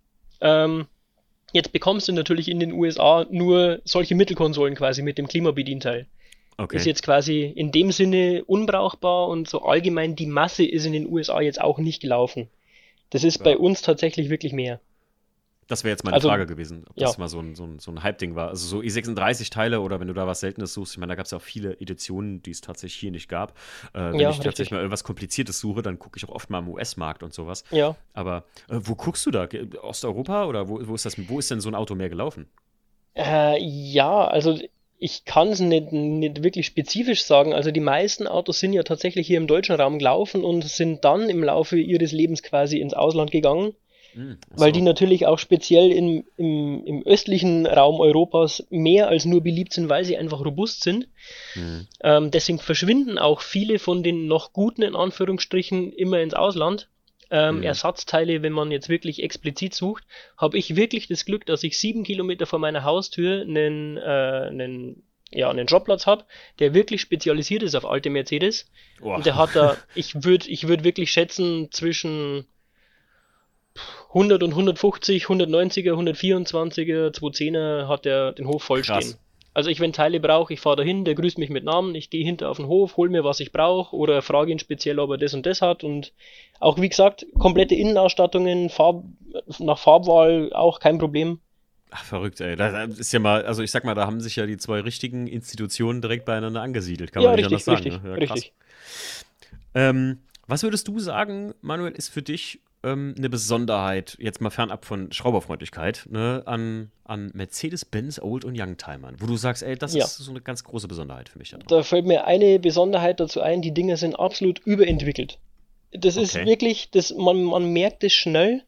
Jetzt bekommst du natürlich in den USA nur solche Mittelkonsolen quasi mit dem Klimabedienteil. Okay. Ist jetzt quasi in dem Sinne unbrauchbar und so allgemein die Masse ist in den USA jetzt auch nicht gelaufen. Das ist bei uns tatsächlich wirklich mehr. Das wäre jetzt meine Frage gewesen, ob das mal so ein Hype-Ding war. Also so E36-Teile oder wenn du da was Seltenes suchst, ich meine, da gab es ja auch viele Editionen, die es tatsächlich hier nicht gab. Wenn ich tatsächlich mal irgendwas Kompliziertes suche, dann gucke ich auch oft mal im US-Markt und sowas. Ja. Aber wo guckst du da? Osteuropa oder wo ist denn so ein Auto mehr gelaufen? Ja, also ich kann es nicht wirklich spezifisch sagen. Also die meisten Autos sind ja tatsächlich hier im deutschen Raum gelaufen und sind dann im Laufe ihres Lebens quasi ins Ausland gegangen. Weil die natürlich auch speziell im östlichen Raum Europas mehr als nur beliebt sind, weil sie einfach robust sind. Deswegen verschwinden auch viele von den noch guten, in Anführungsstrichen, immer ins Ausland. Ersatzteile, wenn man jetzt wirklich explizit sucht, habe ich wirklich das Glück, dass ich 7 Kilometer vor meiner Haustür einen Jobplatz habe, der wirklich spezialisiert ist auf alte Mercedes. Oh. Und der hat da, ich würd wirklich schätzen, zwischen 100 und 150, 190er, 124er, 210er hat er den Hof vollstehen. Also wenn Teile brauche, ich fahre dahin, der grüßt mich mit Namen, ich gehe hinter auf den Hof, hol mir, was ich brauche oder frage ihn speziell, ob er das und das hat. Und auch, wie gesagt, komplette Innenausstattungen, nach Farbwahl auch kein Problem. Ach, verrückt, ey. Das ist ja mal, also ich sag mal, da haben sich ja die zwei richtigen Institutionen direkt beieinander angesiedelt, kann man nicht anders sagen. Richtig, ne? Ja, richtig. Was würdest du sagen, Manuel, ist für dich eine Besonderheit, jetzt mal fernab von Schrauberfreundlichkeit, ne, an Mercedes-Benz Old- und Youngtimern, wo du sagst, ey, das ist so eine ganz große Besonderheit für mich. Da fällt mir eine Besonderheit dazu ein, die Dinger sind absolut überentwickelt. Das ist wirklich, man merkt es schnell.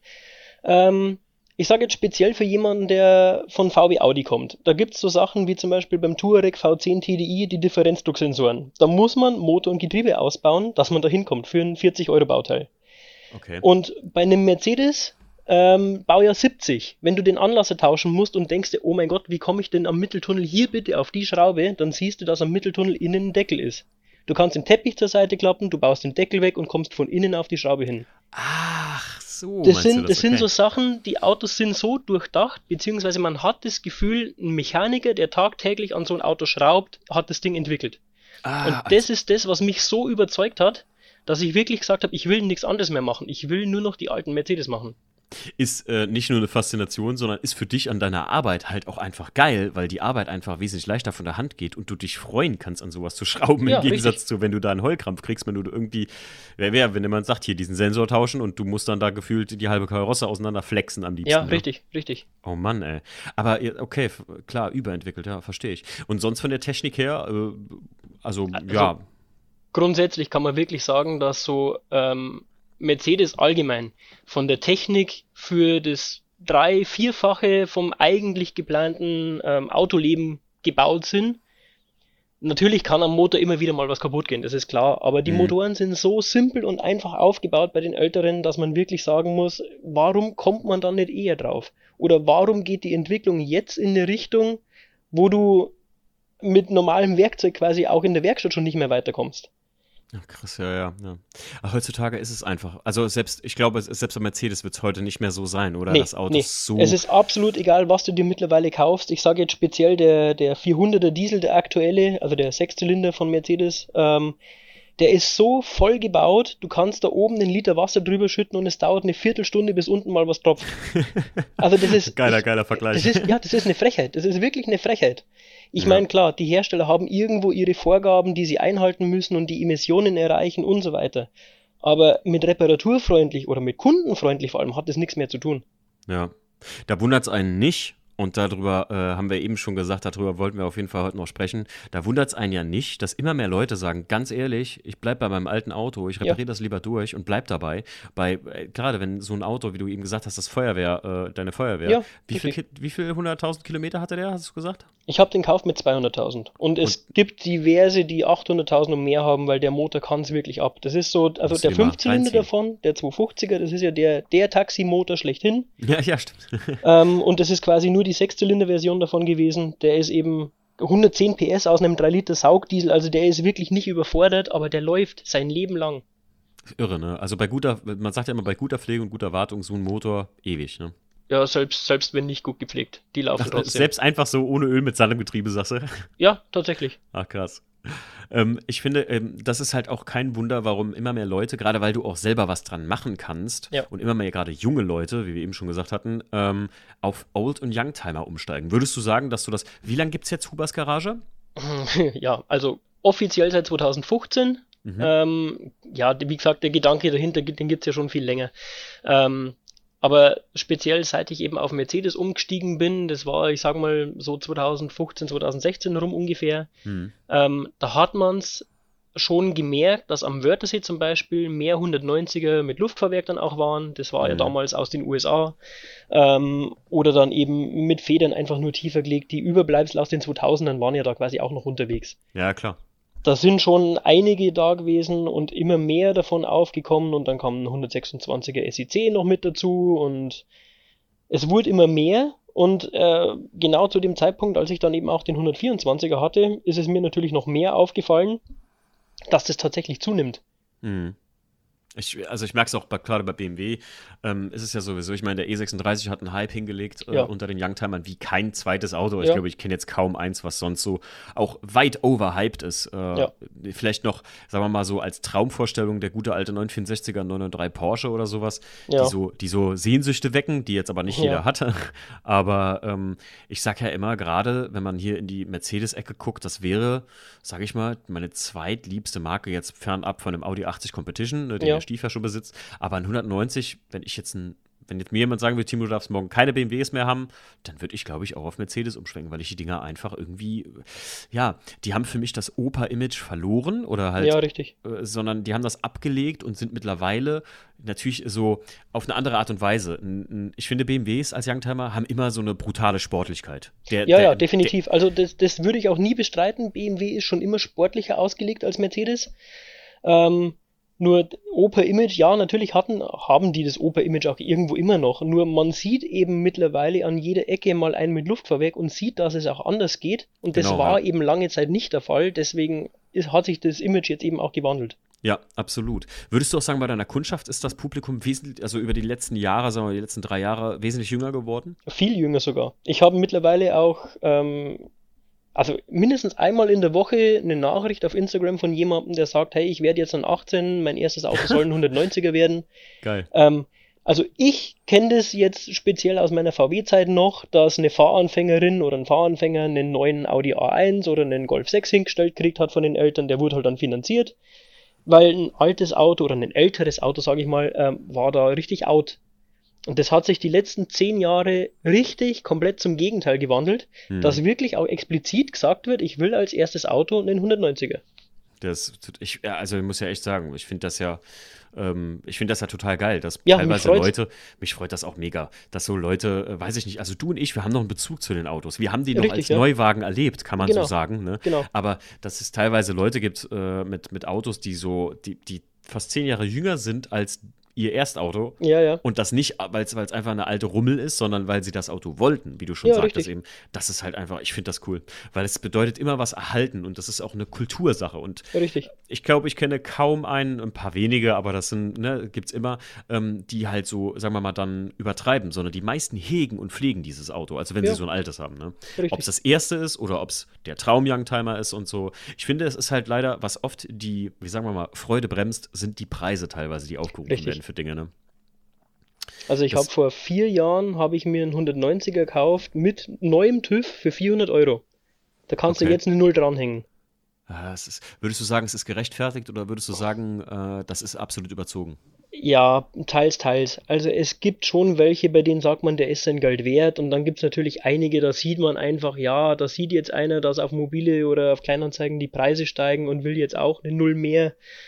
Ich sage jetzt speziell für jemanden, der von VW Audi kommt. Da gibt es so Sachen wie zum Beispiel beim Touareg V10 TDI die Differenzdrucksensoren. Da muss man Motor und Getriebe ausbauen, dass man da hinkommt für ein 40-Euro-Bauteil. Okay. Und bei einem Mercedes Baujahr 70, wenn du den Anlasser tauschen musst und denkst dir, oh mein Gott, wie komme ich denn am Mitteltunnel hier bitte auf die Schraube, dann siehst du, dass am Mitteltunnel innen ein Deckel ist. Du kannst den Teppich zur Seite klappen, du baust den Deckel weg und kommst von innen auf die Schraube hin. Ach so. Das sind so Sachen, die Autos sind so durchdacht, beziehungsweise man hat das Gefühl, ein Mechaniker, der tagtäglich an so ein Auto schraubt, hat das Ding entwickelt. Und das ist das, was mich so überzeugt hat, dass ich wirklich gesagt habe, ich will nichts anderes mehr machen. Ich will nur noch die alten Mercedes machen. Ist nicht nur eine Faszination, sondern ist für dich an deiner Arbeit halt auch einfach geil, weil die Arbeit einfach wesentlich leichter von der Hand geht und du dich freuen kannst, an sowas zu schrauben, im Gegensatz zu, wenn du da einen Heulkrampf kriegst, wenn du irgendwie, wenn jemand sagt, hier diesen Sensor tauschen und du musst dann da gefühlt die halbe Karosse auseinander flexen am liebsten. Ja, richtig. Oh Mann, ey. Aber okay, klar, überentwickelt, ja, verstehe ich. Und sonst von der Technik her, ja. Grundsätzlich kann man wirklich sagen, dass so Mercedes allgemein von der Technik für das 3-4-fache vom eigentlich geplanten Autoleben gebaut sind. Natürlich kann am Motor immer wieder mal was kaputt gehen, das ist klar, aber die Motoren sind so simpel und einfach aufgebaut bei den Älteren, dass man wirklich sagen muss, warum kommt man dann nicht eher drauf? Oder warum geht die Entwicklung jetzt in eine Richtung, wo du mit normalem Werkzeug quasi auch in der Werkstatt schon nicht mehr weiterkommst? Ja, krass, ja. Aber heutzutage ist es einfach, also ich glaube, selbst bei Mercedes wird es heute nicht mehr so sein, oder? Das Auto ist so... Es ist absolut egal, was du dir mittlerweile kaufst. Ich sage jetzt speziell der 400er Diesel, der aktuelle, also der Sechszylinder von Mercedes, der ist so voll gebaut, du kannst da oben einen Liter Wasser drüber schütten und es dauert eine Viertelstunde, bis unten mal was tropft. Also das ist... Geiler Vergleich. Das ist eine Frechheit, das ist wirklich eine Frechheit. Ich meine, klar, die Hersteller haben irgendwo ihre Vorgaben, die sie einhalten müssen und die Emissionen erreichen und so weiter. Aber mit reparaturfreundlich oder mit kundenfreundlich vor allem hat das nichts mehr zu tun. Ja, da wundert es einen nicht. Und darüber haben wir eben schon gesagt, darüber wollten wir auf jeden Fall heute noch sprechen. Da wundert es einen ja nicht, dass immer mehr Leute sagen, ganz ehrlich, ich bleibe bei meinem alten Auto, ich repariere das lieber durch und bleib dabei. Gerade wenn so ein Auto, wie du eben gesagt hast, deine Feuerwehr, wie viel 100.000 Kilometer hatte der, hast du gesagt? Ich habe den gekauft mit 200.000. Und es gibt diverse, die 800.000 und mehr haben, weil der Motor kann es wirklich ab. Das ist so, also der 5-Zylinder davon, der 250er, das ist ja der Taximotor schlechthin. Ja, stimmt. Und das ist quasi nur die 6-Zylinder-Version davon gewesen. Der ist eben 110 PS aus einem 3-Liter Saugdiesel, also der ist wirklich nicht überfordert, aber der läuft sein Leben lang. Irre, ne? Also man sagt ja immer, bei guter Pflege und guter Wartung so ein Motor ewig, ne? Ja, selbst wenn nicht gut gepflegt, die laufen trotzdem. Selbst einfach so ohne Öl mit Sand im Getriebe, sagst du? Ja, tatsächlich. Ach, krass. Ich finde, das ist halt auch kein Wunder, warum immer mehr Leute, gerade weil du auch selber was dran machen kannst und immer mehr gerade junge Leute, wie wir eben schon gesagt hatten, auf Old- und Youngtimer umsteigen. Würdest du sagen, dass wie lange gibt es jetzt Hubers Garage? Ja, also offiziell seit 2015. Wie gesagt, der Gedanke dahinter, den gibt es ja schon viel länger. Aber speziell seit ich eben auf Mercedes umgestiegen bin, das war, ich sag mal, so 2015, 2016 rum ungefähr, da hat man es schon gemerkt, dass am Wörthersee zum Beispiel mehr 190er mit Luftfahrwerk dann auch waren. Das war ja damals aus den USA. Oder dann eben mit Federn einfach nur tiefer gelegt. Die Überbleibsel aus den 2000ern waren ja da quasi auch noch unterwegs. Ja, klar. Da sind schon einige da gewesen und immer mehr davon aufgekommen und dann kam ein 126er SIC noch mit dazu und es wurde immer mehr. Und genau zu dem Zeitpunkt, als ich dann eben auch den 124er hatte, ist es mir natürlich noch mehr aufgefallen, dass das tatsächlich zunimmt. Mhm. Ich merke es auch gerade bei BMW, ist es ja sowieso, ich meine, der E36 hat einen Hype hingelegt unter den Youngtimern wie kein zweites Auto. Ich glaube, ich kenne jetzt kaum eins, was sonst so auch weit overhyped ist. Vielleicht noch, sagen wir mal so, als Traumvorstellung der gute alte 964er 993 Porsche oder sowas, die so Sehnsüchte wecken, die jetzt aber nicht jeder hatte. Aber ich sage ja immer, gerade wenn man hier in die Mercedes-Ecke guckt, das wäre, sage ich mal, meine zweitliebste Marke jetzt fernab von dem Audi 80 Competition, den der Stiefel schon besitzt. Aber ein 190, wenn jetzt mir jemand sagen würde, Timo, du darfst morgen keine BMWs mehr haben, dann würde ich, glaube ich, auch auf Mercedes umschwenken, weil ich die Dinger einfach irgendwie, die haben für mich das Opa-Image verloren oder halt, richtig. Sondern die haben das abgelegt und sind mittlerweile natürlich so auf eine andere Art und Weise. Ich finde, BMWs als Youngtimer haben immer so eine brutale Sportlichkeit. Definitiv. Also das würde ich auch nie bestreiten. BMW ist schon immer sportlicher ausgelegt als Mercedes. Nur Opa-Image, natürlich haben die das Opa-Image auch irgendwo immer noch. Nur man sieht eben mittlerweile an jeder Ecke mal einen mit Luftfahrwerk und sieht, dass es auch anders geht. Und das war eben lange Zeit nicht der Fall. Deswegen hat sich das Image jetzt eben auch gewandelt. Ja, absolut. Würdest du auch sagen, bei deiner Kundschaft ist das Publikum wesentlich, also über die letzten Jahre, sagen wir mal, die letzten 3 Jahre, wesentlich jünger geworden? Viel jünger sogar. Ich habe mittlerweile auch also mindestens einmal in der Woche eine Nachricht auf Instagram von jemandem, der sagt, hey, ich werde jetzt dann 18, mein erstes Auto soll ein 190er werden. Geil. Also ich kenne das jetzt speziell aus meiner VW-Zeit noch, dass eine Fahranfängerin oder ein Fahranfänger einen neuen Audi A1 oder einen Golf 6 hingestellt gekriegt hat von den Eltern, der wurde halt dann finanziert, weil ein altes Auto oder ein älteres Auto, sage ich mal, war da richtig out. Und das hat sich die letzten 10 Jahre richtig komplett zum Gegenteil gewandelt, dass wirklich auch explizit gesagt wird, ich will als erstes Auto einen 190er. Ich muss ja echt sagen, ich finde das ja total geil, dass teilweise mich freut das auch mega, dass so Leute, weiß ich nicht, also du und ich, wir haben noch einen Bezug zu den Autos. Wir haben die noch als Neuwagen erlebt, kann man so sagen. Ne? Genau. Aber dass es teilweise Leute gibt mit Autos, die fast 10 Jahre jünger sind als ihr Erstauto. Und das nicht, weil es einfach eine alte Rummel ist, sondern weil sie das Auto wollten, wie du schon sagtest eben. Das ist halt einfach, ich finde das cool, weil es bedeutet immer was erhalten und das ist auch eine Kultursache. Und ich glaube, ich kenne kaum ein paar wenige, aber das sind, gibt's immer, die halt so, sagen wir mal, dann übertreiben, sondern die meisten hegen und pflegen dieses Auto, also wenn sie so ein altes haben. Ne? Ob es das erste ist oder ob es der Traum-Youngtimer ist und so. Ich finde, es ist halt leider, was oft die, wie sagen wir mal, Freude bremst, sind die Preise teilweise, die aufgerufen werden für Dinge, ne? Also ich habe vor 4 Jahren mir einen 190er gekauft mit neuem TÜV für 400 Euro. Da kannst du jetzt eine Null dranhängen. Würdest du sagen, es ist gerechtfertigt oder würdest du sagen, das ist absolut überzogen? Ja, teils. Also es gibt schon welche, bei denen sagt man, der ist sein Geld wert und dann gibt es natürlich einige, da sieht man einfach, da sieht jetzt einer, dass auf Mobile oder auf Kleinanzeigen die Preise steigen und will jetzt auch eine Null mehr.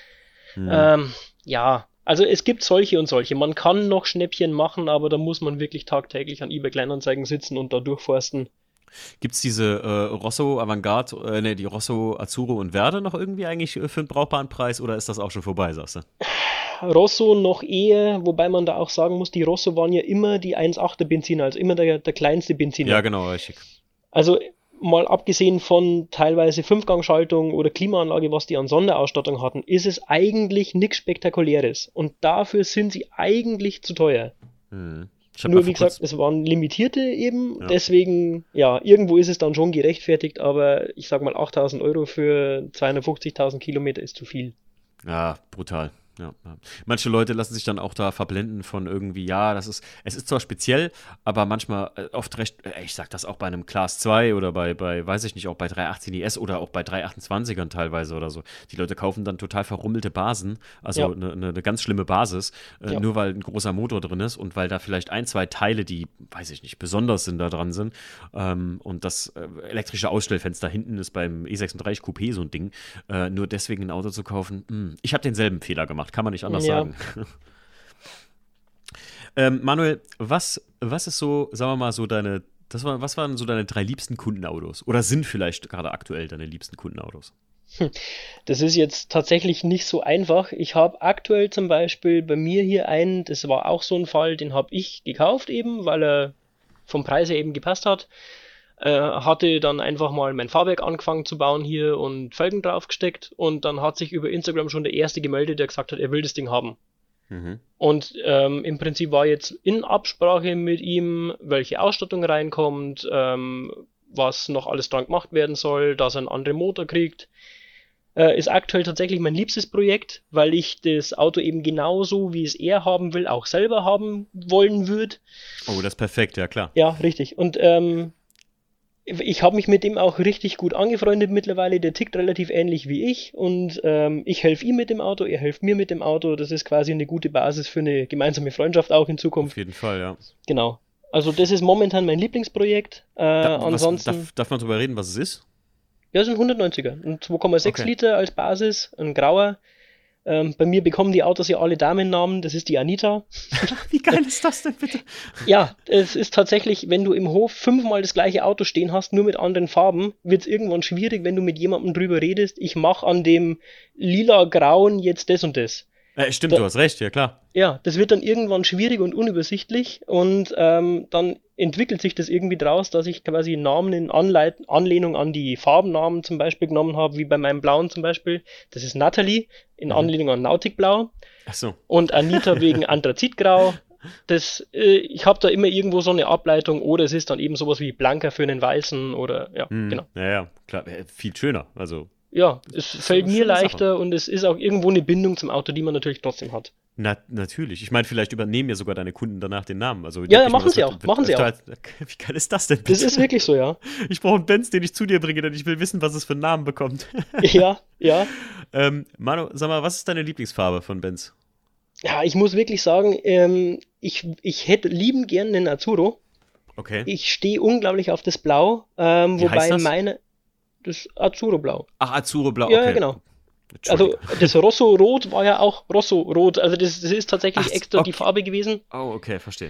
Also es gibt solche und solche. Man kann noch Schnäppchen machen, aber da muss man wirklich tagtäglich an eBay Kleinanzeigen sitzen und da durchforsten. Gibt es diese Rosso Avantgarde, die Rosso Azzurro und Verde noch irgendwie eigentlich für einen brauchbaren Preis oder ist das auch schon vorbei, sagst du? Rosso noch eher, wobei man da auch sagen muss, die Rosso waren ja immer die 1,8er Benziner, also immer der kleinste Benziner. Ja, genau, richtig. Also mal abgesehen von teilweise 5-Gang-Schaltung oder Klimaanlage, was die an Sonderausstattung hatten, ist es eigentlich nichts Spektakuläres. Und dafür sind sie eigentlich zu teuer. Nur wie gesagt, es waren limitierte eben, deswegen, irgendwo ist es dann schon gerechtfertigt, aber ich sag mal 8.000 Euro für 250.000 Kilometer ist zu viel. Ja, brutal. Ja. Manche Leute lassen sich dann auch da verblenden von irgendwie, es ist zwar speziell, aber manchmal oft recht, ich sag das auch bei einem Class 2 oder bei weiß ich nicht, auch bei 318 IS oder auch bei 328ern teilweise oder so. Die Leute kaufen dann total verrummelte Basen, also eine ganz schlimme Basis, nur weil ein großer Motor drin ist und weil da vielleicht ein, zwei Teile, die, weiß ich nicht, besonders sind, da dran sind. Und das elektrische Ausstellfenster hinten ist beim E36 Coupé so ein Ding. Nur deswegen ein Auto zu kaufen, ich habe denselben Fehler gemacht. Kann man nicht anders sagen. Manuel, was ist so, sagen wir mal, so was waren so deine 3 liebsten Kundenautos? Oder sind vielleicht gerade aktuell deine liebsten Kundenautos? Das ist jetzt tatsächlich nicht so einfach. Ich habe aktuell zum Beispiel bei mir hier einen, das war auch so ein Fall, den habe ich gekauft eben, weil er vom Preis her eben gepasst hat. Hatte dann einfach mal mein Fahrwerk angefangen zu bauen hier und Felgen draufgesteckt und dann hat sich über Instagram schon der Erste gemeldet, der gesagt hat, er will das Ding haben. Mhm. Und im Prinzip war jetzt in Absprache mit ihm, welche Ausstattung reinkommt, was noch alles dran gemacht werden soll, dass er einen anderen Motor kriegt. Ist aktuell tatsächlich mein liebstes Projekt, weil ich das Auto eben genauso, wie es er haben will, auch selber haben wollen würde. Oh, das ist perfekt, ja klar. Ja, richtig. Und ich habe mich mit dem auch richtig gut angefreundet mittlerweile. Der tickt relativ ähnlich wie ich und ich helfe ihm mit dem Auto, er hilft mir mit dem Auto. Das ist quasi eine gute Basis für eine gemeinsame Freundschaft auch in Zukunft. Auf jeden Fall, ja. Genau. Also das ist momentan mein Lieblingsprojekt. Ansonsten darf man darüber reden, was es ist? Ja, es ist ein 190er. Ein 2,6 Liter als Basis, ein grauer. Bei mir bekommen die Autos ja alle Damennamen, das ist die Anita. Wie geil ist das denn bitte? Ja, es ist tatsächlich, wenn du im Hof 5-mal das gleiche Auto stehen hast, nur mit anderen Farben, wird es irgendwann schwierig, wenn du mit jemandem drüber redest, ich mache an dem lila-grauen jetzt das und das. Stimmt, du hast recht, ja klar. Ja, das wird dann irgendwann schwierig und unübersichtlich und dann entwickelt sich das irgendwie draus, dass ich quasi Namen in Anlehnung an die Farbennamen zum Beispiel genommen habe, wie bei meinem blauen zum Beispiel. Das ist Natalie, in Anlehnung an Nautikblau. Ach so. Und Anita wegen Anthrazitgrau. Ich habe da immer irgendwo so eine Ableitung oder es ist dann eben sowas wie Blanker für einen Weißen oder, genau. Ja, klar, viel schöner, also. Ja, es fällt mir leichter Sache. Und es ist auch irgendwo eine Bindung zum Auto, die man natürlich trotzdem hat. Natürlich. Ich meine, vielleicht übernehmen ja sogar deine Kunden danach den Namen. Also, ja, machen sie auch. Wie geil ist das denn bitte? Das ist wirklich so, ja. Ich brauche einen Benz, den ich zu dir bringe, denn ich will wissen, was es für einen Namen bekommt. Ja. Manu, sag mal, was ist deine Lieblingsfarbe von Benz? Ja, ich muss wirklich sagen, ich hätte liebend gern einen Azzurro. Okay. Ich stehe unglaublich auf das Blau, wobei meine... Das Azzurro-Blau. Ach, Azzurro-Blau, okay. Ja, genau. Also das Rosso-Rot war ja auch Rosso-Rot. Also das ist tatsächlich extra die Farbe gewesen. Oh, okay, verstehe.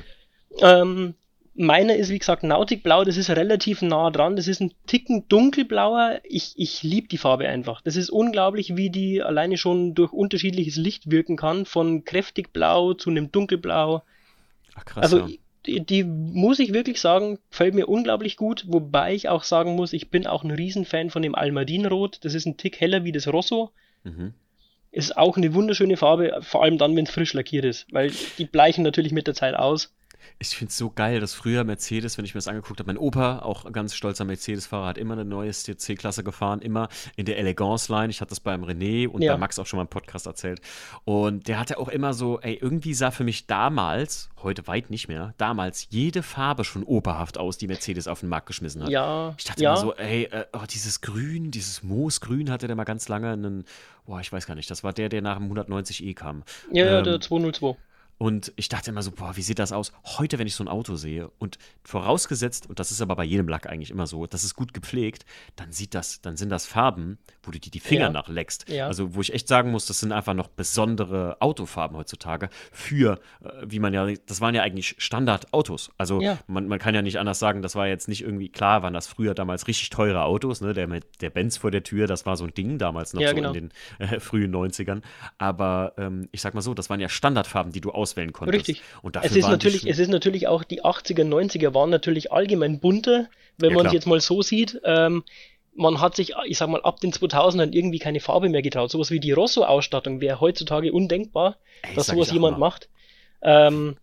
Meiner ist, wie gesagt, Nautikblau. Das ist relativ nah dran. Das ist ein Ticken dunkelblauer. Ich liebe die Farbe einfach. Das ist unglaublich, wie die alleine schon durch unterschiedliches Licht wirken kann. Von kräftig blau zu einem dunkelblau. Ach, krass, also die muss ich wirklich sagen, gefällt mir unglaublich gut, wobei ich auch sagen muss, ich bin auch ein Riesenfan von dem Almadinrot. Das ist ein Tick heller wie das Rosso. Mhm. Ist auch eine wunderschöne Farbe, vor allem dann, wenn es frisch lackiert ist, weil die bleichen natürlich mit der Zeit aus. Ich finde es so geil, dass früher Mercedes, wenn ich mir das angeguckt habe, mein Opa, auch ganz stolzer Mercedes-Fahrer, hat immer eine neue C-Klasse gefahren, immer in der Elegance-Line. Ich hatte das beim René und bei Max auch schon mal im Podcast erzählt. Und der hatte auch immer so, irgendwie sah für mich damals, heute weit nicht mehr, damals jede Farbe schon operhaft aus, die Mercedes auf den Markt geschmissen hat. Ja. Ich dachte immer so, dieses Grün, dieses Moosgrün hatte der mal ganz lange ich weiß gar nicht, das war der nach dem 190e kam. Ja, der 202. Und ich dachte immer so, wie sieht das aus? Heute, wenn ich so ein Auto sehe und vorausgesetzt, und das ist aber bei jedem Lack eigentlich immer so, das ist gut gepflegt, dann sind das Farben, wo du dir die Finger nachleckst. Ja. Also wo ich echt sagen muss, das sind einfach noch besondere Autofarben heutzutage für, das waren ja eigentlich Standardautos. Also man kann ja nicht anders sagen, das war jetzt nicht irgendwie, klar waren das früher damals richtig teure Autos, ne? Der Benz vor der Tür, das war so ein Ding damals noch in den frühen 90ern. Aber ich sag mal so, das waren ja Standardfarben, die du auswählen konntest. Richtig. Und dafür es ist natürlich auch, die 80er, 90er waren natürlich allgemein bunter, wenn man es jetzt mal so sieht. Man hat sich, ich sag mal, ab den 2000ern irgendwie keine Farbe mehr getraut. Sowas wie die Rosso-Ausstattung wäre heutzutage undenkbar, dass sowas jemand macht. Meine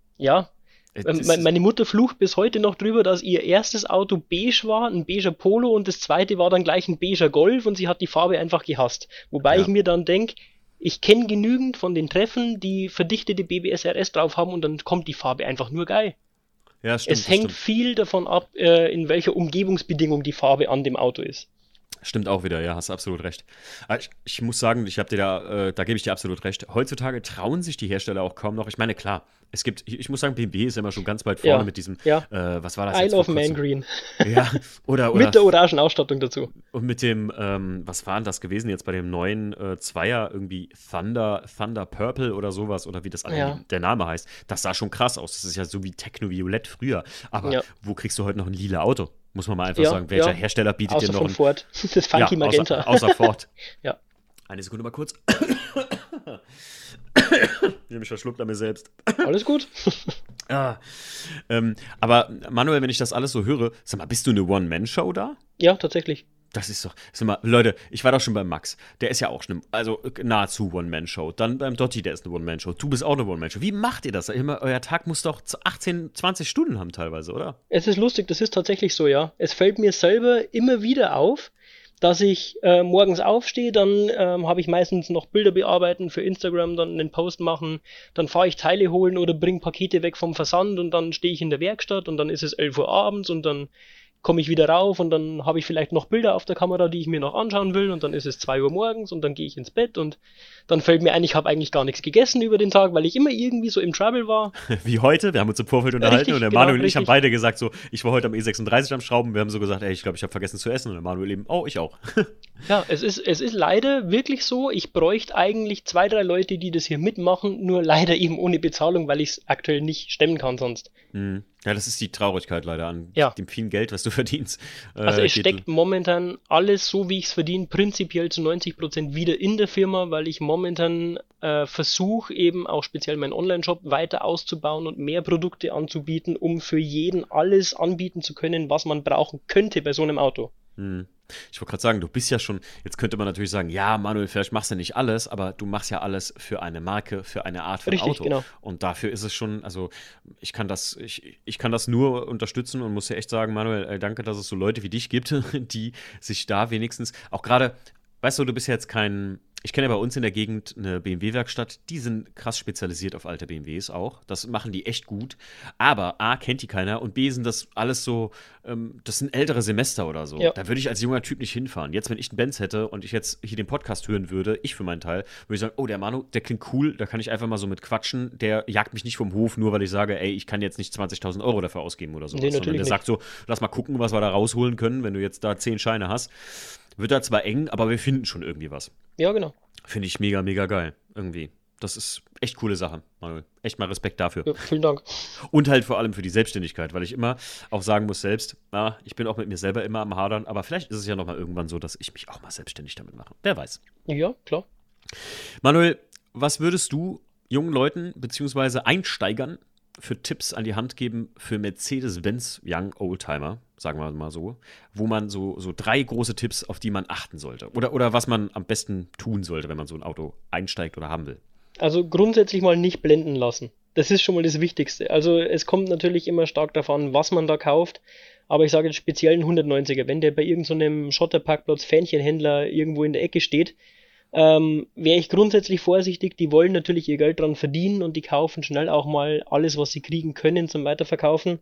Mutter flucht bis heute noch drüber, dass ihr erstes Auto beige war, ein beiger Polo, und das zweite war dann gleich ein beiger Golf und sie hat die Farbe einfach gehasst. Wobei ich mir dann denke, Ich kenne genügend von den Treffen, die verdichtete BBS-RS drauf haben und dann kommt die Farbe einfach nur geil. Ja, stimmt. Es hängt viel davon ab, in welcher Umgebungsbedingung die Farbe an dem Auto ist. Stimmt auch wieder, ja, hast absolut recht. Ich muss sagen, da gebe ich dir absolut recht. Heutzutage trauen sich die Hersteller auch kaum noch. Ich meine, klar, ich muss sagen, BMW ist ja immer schon ganz weit vorne mit diesem, was war das jetzt? Isle of Man Green. Ja, oder mit der orangen Ausstattung dazu. Und mit dem, was war denn das gewesen jetzt bei dem neuen Zweier, irgendwie Thunder Purple oder sowas, oder wie das der Name heißt. Das sah schon krass aus. Das ist ja so wie Techno-Violett früher. Aber wo kriegst du heute noch ein lila Auto? Muss man mal einfach sagen. Welcher Hersteller bietet dir noch ein Ford. Das Funky Magenta. Außer Ford. Ja. Eine Sekunde mal kurz. Ich habe mich verschluckt an mir selbst. Alles gut. Aber Manuel, wenn ich das alles so höre, sag mal, bist du eine One-Man-Show da? Ja, tatsächlich. Das ist doch, sag mal, Leute, ich war doch schon beim Max, der ist ja auch schlimm, also nahezu One-Man-Show. Dann beim Dotti, der ist eine One-Man-Show. Du bist auch eine One-Man-Show. Wie macht ihr das? Euer Tag muss doch 18, 20 Stunden haben teilweise, oder? Es ist lustig, das ist tatsächlich so, ja. Es fällt mir selber immer wieder auf, dass ich morgens aufstehe, dann habe ich meistens noch Bilder bearbeiten für Instagram, dann einen Post machen, dann fahre ich Teile holen oder bringe Pakete weg vom Versand und dann stehe ich in der Werkstatt und dann ist es 11 Uhr abends und dann komme ich wieder rauf und dann habe ich vielleicht noch Bilder auf der Kamera, die ich mir noch anschauen will und dann ist es 2 Uhr morgens und dann gehe ich ins Bett und dann fällt mir ein, ich habe eigentlich gar nichts gegessen über den Tag, weil ich immer irgendwie so im Trouble war. Wie heute, wir haben uns im Vorfeld unterhalten und der Manuel und ich haben beide gesagt so, ich war heute am E36 am Schrauben, wir haben so gesagt, ey, ich glaube, ich habe vergessen zu essen und der Manuel eben, oh, ich auch. Ja, es ist leider wirklich so, ich bräuchte eigentlich 2, 3 Leute, die das hier mitmachen, nur leider eben ohne Bezahlung, weil ich es aktuell nicht stemmen kann sonst. Ja, das ist die Traurigkeit leider an dem vielen Geld, was du verdienst. Also es steckt momentan alles, so wie ich es verdiene, prinzipiell zu 90% wieder in der Firma, weil ich momentan versuche eben auch speziell meinen Online-Shop weiter auszubauen und mehr Produkte anzubieten, um für jeden alles anbieten zu können, was man brauchen könnte bei so einem Auto. Ich wollte gerade sagen, du bist ja schon, jetzt könnte man natürlich sagen, ja, Manuel, vielleicht machst du nicht alles, aber du machst ja alles für eine Marke, für eine Art von Auto. Genau. Und dafür ist es schon, also ich kann das nur unterstützen und muss ja echt sagen, Manuel, danke, dass es so Leute wie dich gibt, die sich da wenigstens, auch gerade, weißt du bist ja jetzt ich kenne ja bei uns in der Gegend eine BMW-Werkstatt, die sind krass spezialisiert auf alte BMWs auch. Das machen die echt gut. Aber A, kennt die keiner und B, sind das alles so, das sind ältere Semester oder so. Ja. Da würde ich als junger Typ nicht hinfahren. Jetzt, wenn ich einen Benz hätte und ich jetzt hier den Podcast hören würde, ich für meinen Teil, würde ich sagen, oh, der Manu, der klingt cool, da kann ich einfach mal so mit quatschen. Der jagt mich nicht vom Hof, nur weil ich sage, ey, ich kann jetzt nicht 20.000 Euro dafür ausgeben oder so. Nee, sondern der sagt so, lass mal gucken, was wir da rausholen können, wenn du jetzt da 10 Scheine hast. Wird da zwar eng, aber wir finden schon irgendwie was. Ja, genau. Finde ich mega, mega geil. Irgendwie. Das ist echt coole Sache, Manuel. Echt mal Respekt dafür. Ja, vielen Dank. Und halt vor allem für die Selbstständigkeit, weil ich immer auch sagen muss selbst, ich bin auch mit mir selber immer am Hadern, aber vielleicht ist es ja nochmal irgendwann so, dass ich mich auch mal selbstständig damit mache. Wer weiß. Ja, klar. Manuel, was würdest du jungen Leuten bzw. Einsteigern für Tipps an die Hand geben für Mercedes-Benz Young Oldtimer, sagen wir mal so, wo man so 3 große Tipps, auf die man achten sollte oder was man am besten tun sollte, wenn man so ein Auto einsteigt oder haben will? Also grundsätzlich mal nicht blenden lassen. Das ist schon mal das Wichtigste. Also es kommt natürlich immer stark davon, was man da kauft, aber ich sage jetzt speziell einen 190er, wenn der bei irgendeinem Schotterparkplatz Fähnchenhändler irgendwo in der Ecke steht, wäre ich grundsätzlich vorsichtig, die wollen natürlich ihr Geld dran verdienen und die kaufen schnell auch mal alles, was sie kriegen können zum Weiterverkaufen,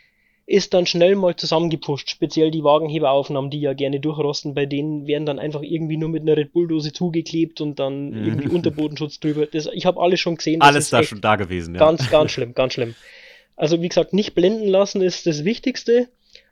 ist dann schnell mal zusammengepusht, speziell die Wagenheberaufnahmen, die ja gerne durchrosten, bei denen werden dann einfach irgendwie nur mit einer Red Bull-Dose zugeklebt und dann irgendwie Unterbodenschutz drüber. Ich habe alles schon gesehen. Alles da schon da gewesen, ja. Ganz, ganz schlimm, ganz schlimm. Also wie gesagt, nicht blenden lassen ist das Wichtigste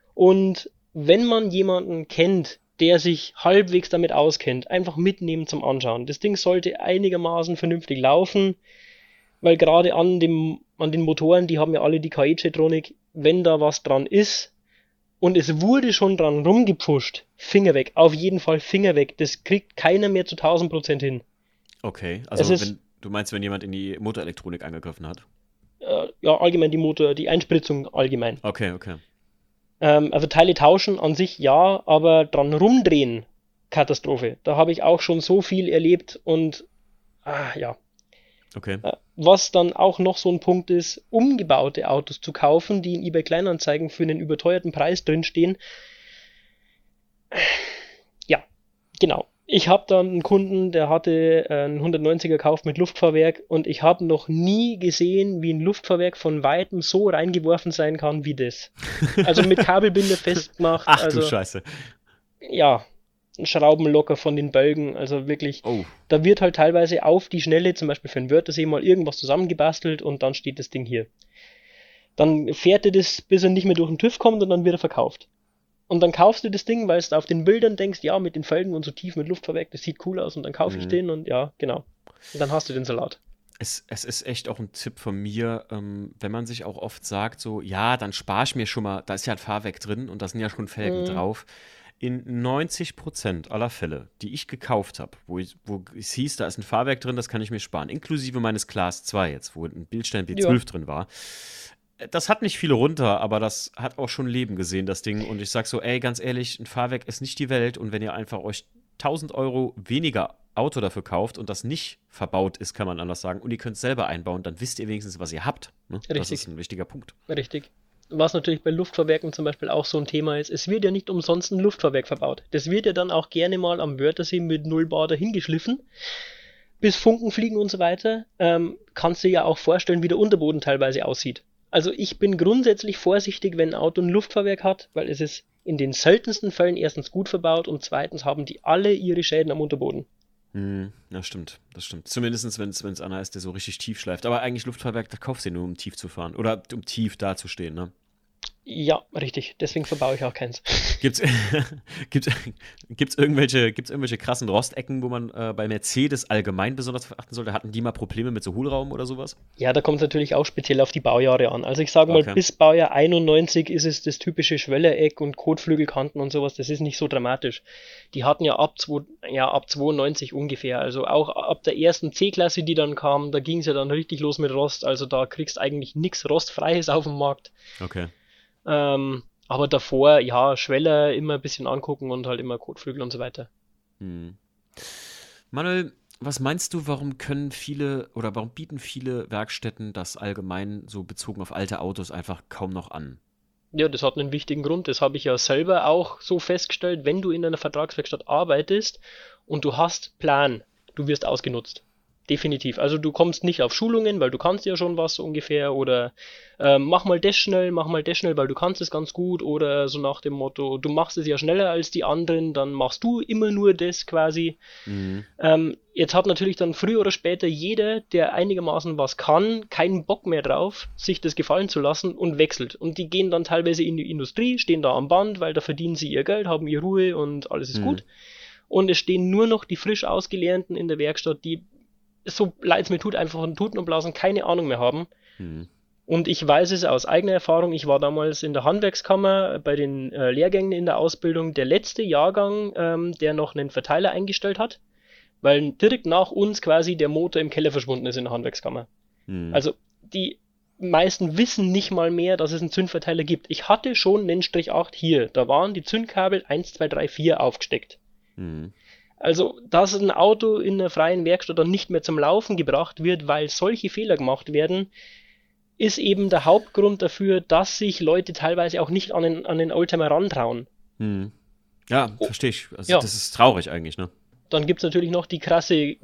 und wenn man jemanden kennt, der sich halbwegs damit auskennt, einfach mitnehmen zum Anschauen. Das Ding sollte einigermaßen vernünftig laufen, weil gerade an den Motoren, die haben ja alle die KE-Jetronik, wenn da was dran ist und es wurde schon dran rumgepusht, Finger weg, auf jeden Fall Finger weg. Das kriegt keiner mehr zu 1000% hin. Okay, also du meinst, wenn jemand in die Motorelektronik angegriffen hat? Ja, allgemein die Einspritzung allgemein. Okay. Also Teile tauschen an sich ja, aber dran rumdrehen, Katastrophe. Da habe ich auch schon so viel erlebt und ja. Okay. Was dann auch noch so ein Punkt ist, umgebaute Autos zu kaufen, die in eBay Kleinanzeigen für einen überteuerten Preis drinstehen. Ja, genau. Ich habe dann einen Kunden, der hatte einen 190er gekauft mit Luftfahrwerk und ich habe noch nie gesehen, wie ein Luftfahrwerk von Weitem so reingeworfen sein kann wie das. Also mit Kabelbinder festgemacht. Ach also, du Scheiße. Ja, Schrauben locker von den Bölgen. Also wirklich, Da wird halt teilweise auf die Schnelle, zum Beispiel für einen Wörthersee, mal irgendwas zusammengebastelt und dann steht das Ding hier. Dann fährt er das, bis er nicht mehr durch den TÜV kommt und dann wird er verkauft. Und dann kaufst du das Ding, weil du auf den Bildern denkst, ja, mit den Felgen und so tief mit Luftfahrwerk, das sieht cool aus und dann kaufe ich den und ja, genau. Und dann hast du den Salat. Es ist echt auch ein Tipp von mir, wenn man sich auch oft sagt, so, ja, dann spare ich mir schon mal, da ist ja ein Fahrwerk drin und da sind ja schon Felgen drauf. In 90% aller Fälle, die ich gekauft habe, wo es hieß, da ist ein Fahrwerk drin, das kann ich mir sparen, inklusive meines Class 2 jetzt, wo ein Bildstein B12 drin war. Das hat nicht viele runter, aber das hat auch schon Leben gesehen, das Ding. Und ich sag so, ey, ganz ehrlich, ein Fahrwerk ist nicht die Welt. Und wenn ihr einfach euch 1.000 Euro weniger Auto dafür kauft und das nicht verbaut ist, kann man anders sagen, und ihr könnt es selber einbauen, dann wisst ihr wenigstens, was ihr habt. Ne? Das ist ein wichtiger Punkt. Richtig. Was natürlich bei Luftfahrwerken zum Beispiel auch so ein Thema ist, es wird ja nicht umsonst ein Luftfahrwerk verbaut. Das wird ja dann auch gerne mal am Wörthersee mit 0 Bar dahin geschliffen, bis Funken fliegen und so weiter. Kannst du ja auch vorstellen, wie der Unterboden teilweise aussieht. Also ich bin grundsätzlich vorsichtig, wenn ein Auto ein Luftfahrwerk hat, weil es ist in den seltensten Fällen erstens gut verbaut und zweitens haben die alle ihre Schäden am Unterboden. Ja, stimmt, das stimmt. Zumindest, wenn es einer ist, der so richtig tief schleift. Aber eigentlich Luftfahrwerk, da kaufst du nur, um tief zu fahren. Oder um tief dazustehen, ne? Ja, richtig. Deswegen verbaue ich auch keins. Gibt's irgendwelche krassen Rostecken, wo man bei Mercedes allgemein besonders achten sollte? Hatten die mal Probleme mit so Hohlraum oder sowas? Ja, da kommt es natürlich auch speziell auf die Baujahre an. Also ich sage mal, bis Baujahr 91 ist es das typische Schwellereck und Kotflügelkanten und sowas. Das ist nicht so dramatisch. Die hatten ja ab 92 ungefähr. Also auch ab der ersten C-Klasse, die dann kam, da ging es ja dann richtig los mit Rost. Also da kriegst eigentlich nichts Rostfreies auf dem Markt. Okay. Aber davor, ja, Schweller immer ein bisschen angucken und halt immer Kotflügel und so weiter. Manuel, was meinst du, warum bieten viele Werkstätten das allgemein so bezogen auf alte Autos einfach kaum noch an? Ja, das hat einen wichtigen Grund. Das habe ich ja selber auch so festgestellt. Wenn du in einer Vertragswerkstatt arbeitest und du hast Plan, du wirst ausgenutzt. Definitiv. Also du kommst nicht auf Schulungen, weil du kannst ja schon was so ungefähr oder mach mal das schnell, weil du kannst es ganz gut oder so nach dem Motto, du machst es ja schneller als die anderen, dann machst du immer nur das quasi. Jetzt hat natürlich dann früher oder später jeder, der einigermaßen was kann, keinen Bock mehr drauf, sich das gefallen zu lassen und wechselt. Und die gehen dann teilweise in die Industrie, stehen da am Band, weil da verdienen sie ihr Geld, haben ihre Ruhe und alles ist gut. Und es stehen nur noch die frisch Ausgelernten in der Werkstatt, die so leid es mir tut, einfach von Tuten und Blasen keine Ahnung mehr haben. Und ich weiß es aus eigener Erfahrung, ich war damals in der Handwerkskammer bei den Lehrgängen in der Ausbildung der letzte Jahrgang, der noch einen Verteiler eingestellt hat, weil direkt nach uns quasi der Motor im Keller verschwunden ist in der Handwerkskammer. Also die meisten wissen nicht mal mehr, dass es einen Zündverteiler gibt. Ich hatte schon einen Strich 8 hier, da waren die Zündkabel 1, 2, 3, 4 aufgesteckt. Also, dass ein Auto in einer freien Werkstatt dann nicht mehr zum Laufen gebracht wird, weil solche Fehler gemacht werden, ist eben der Hauptgrund dafür, dass sich Leute teilweise auch nicht an den Oldtimer rantrauen. Ja, verstehe ich. Also das ist traurig eigentlich, ne? Dann gibt es natürlich noch das krasse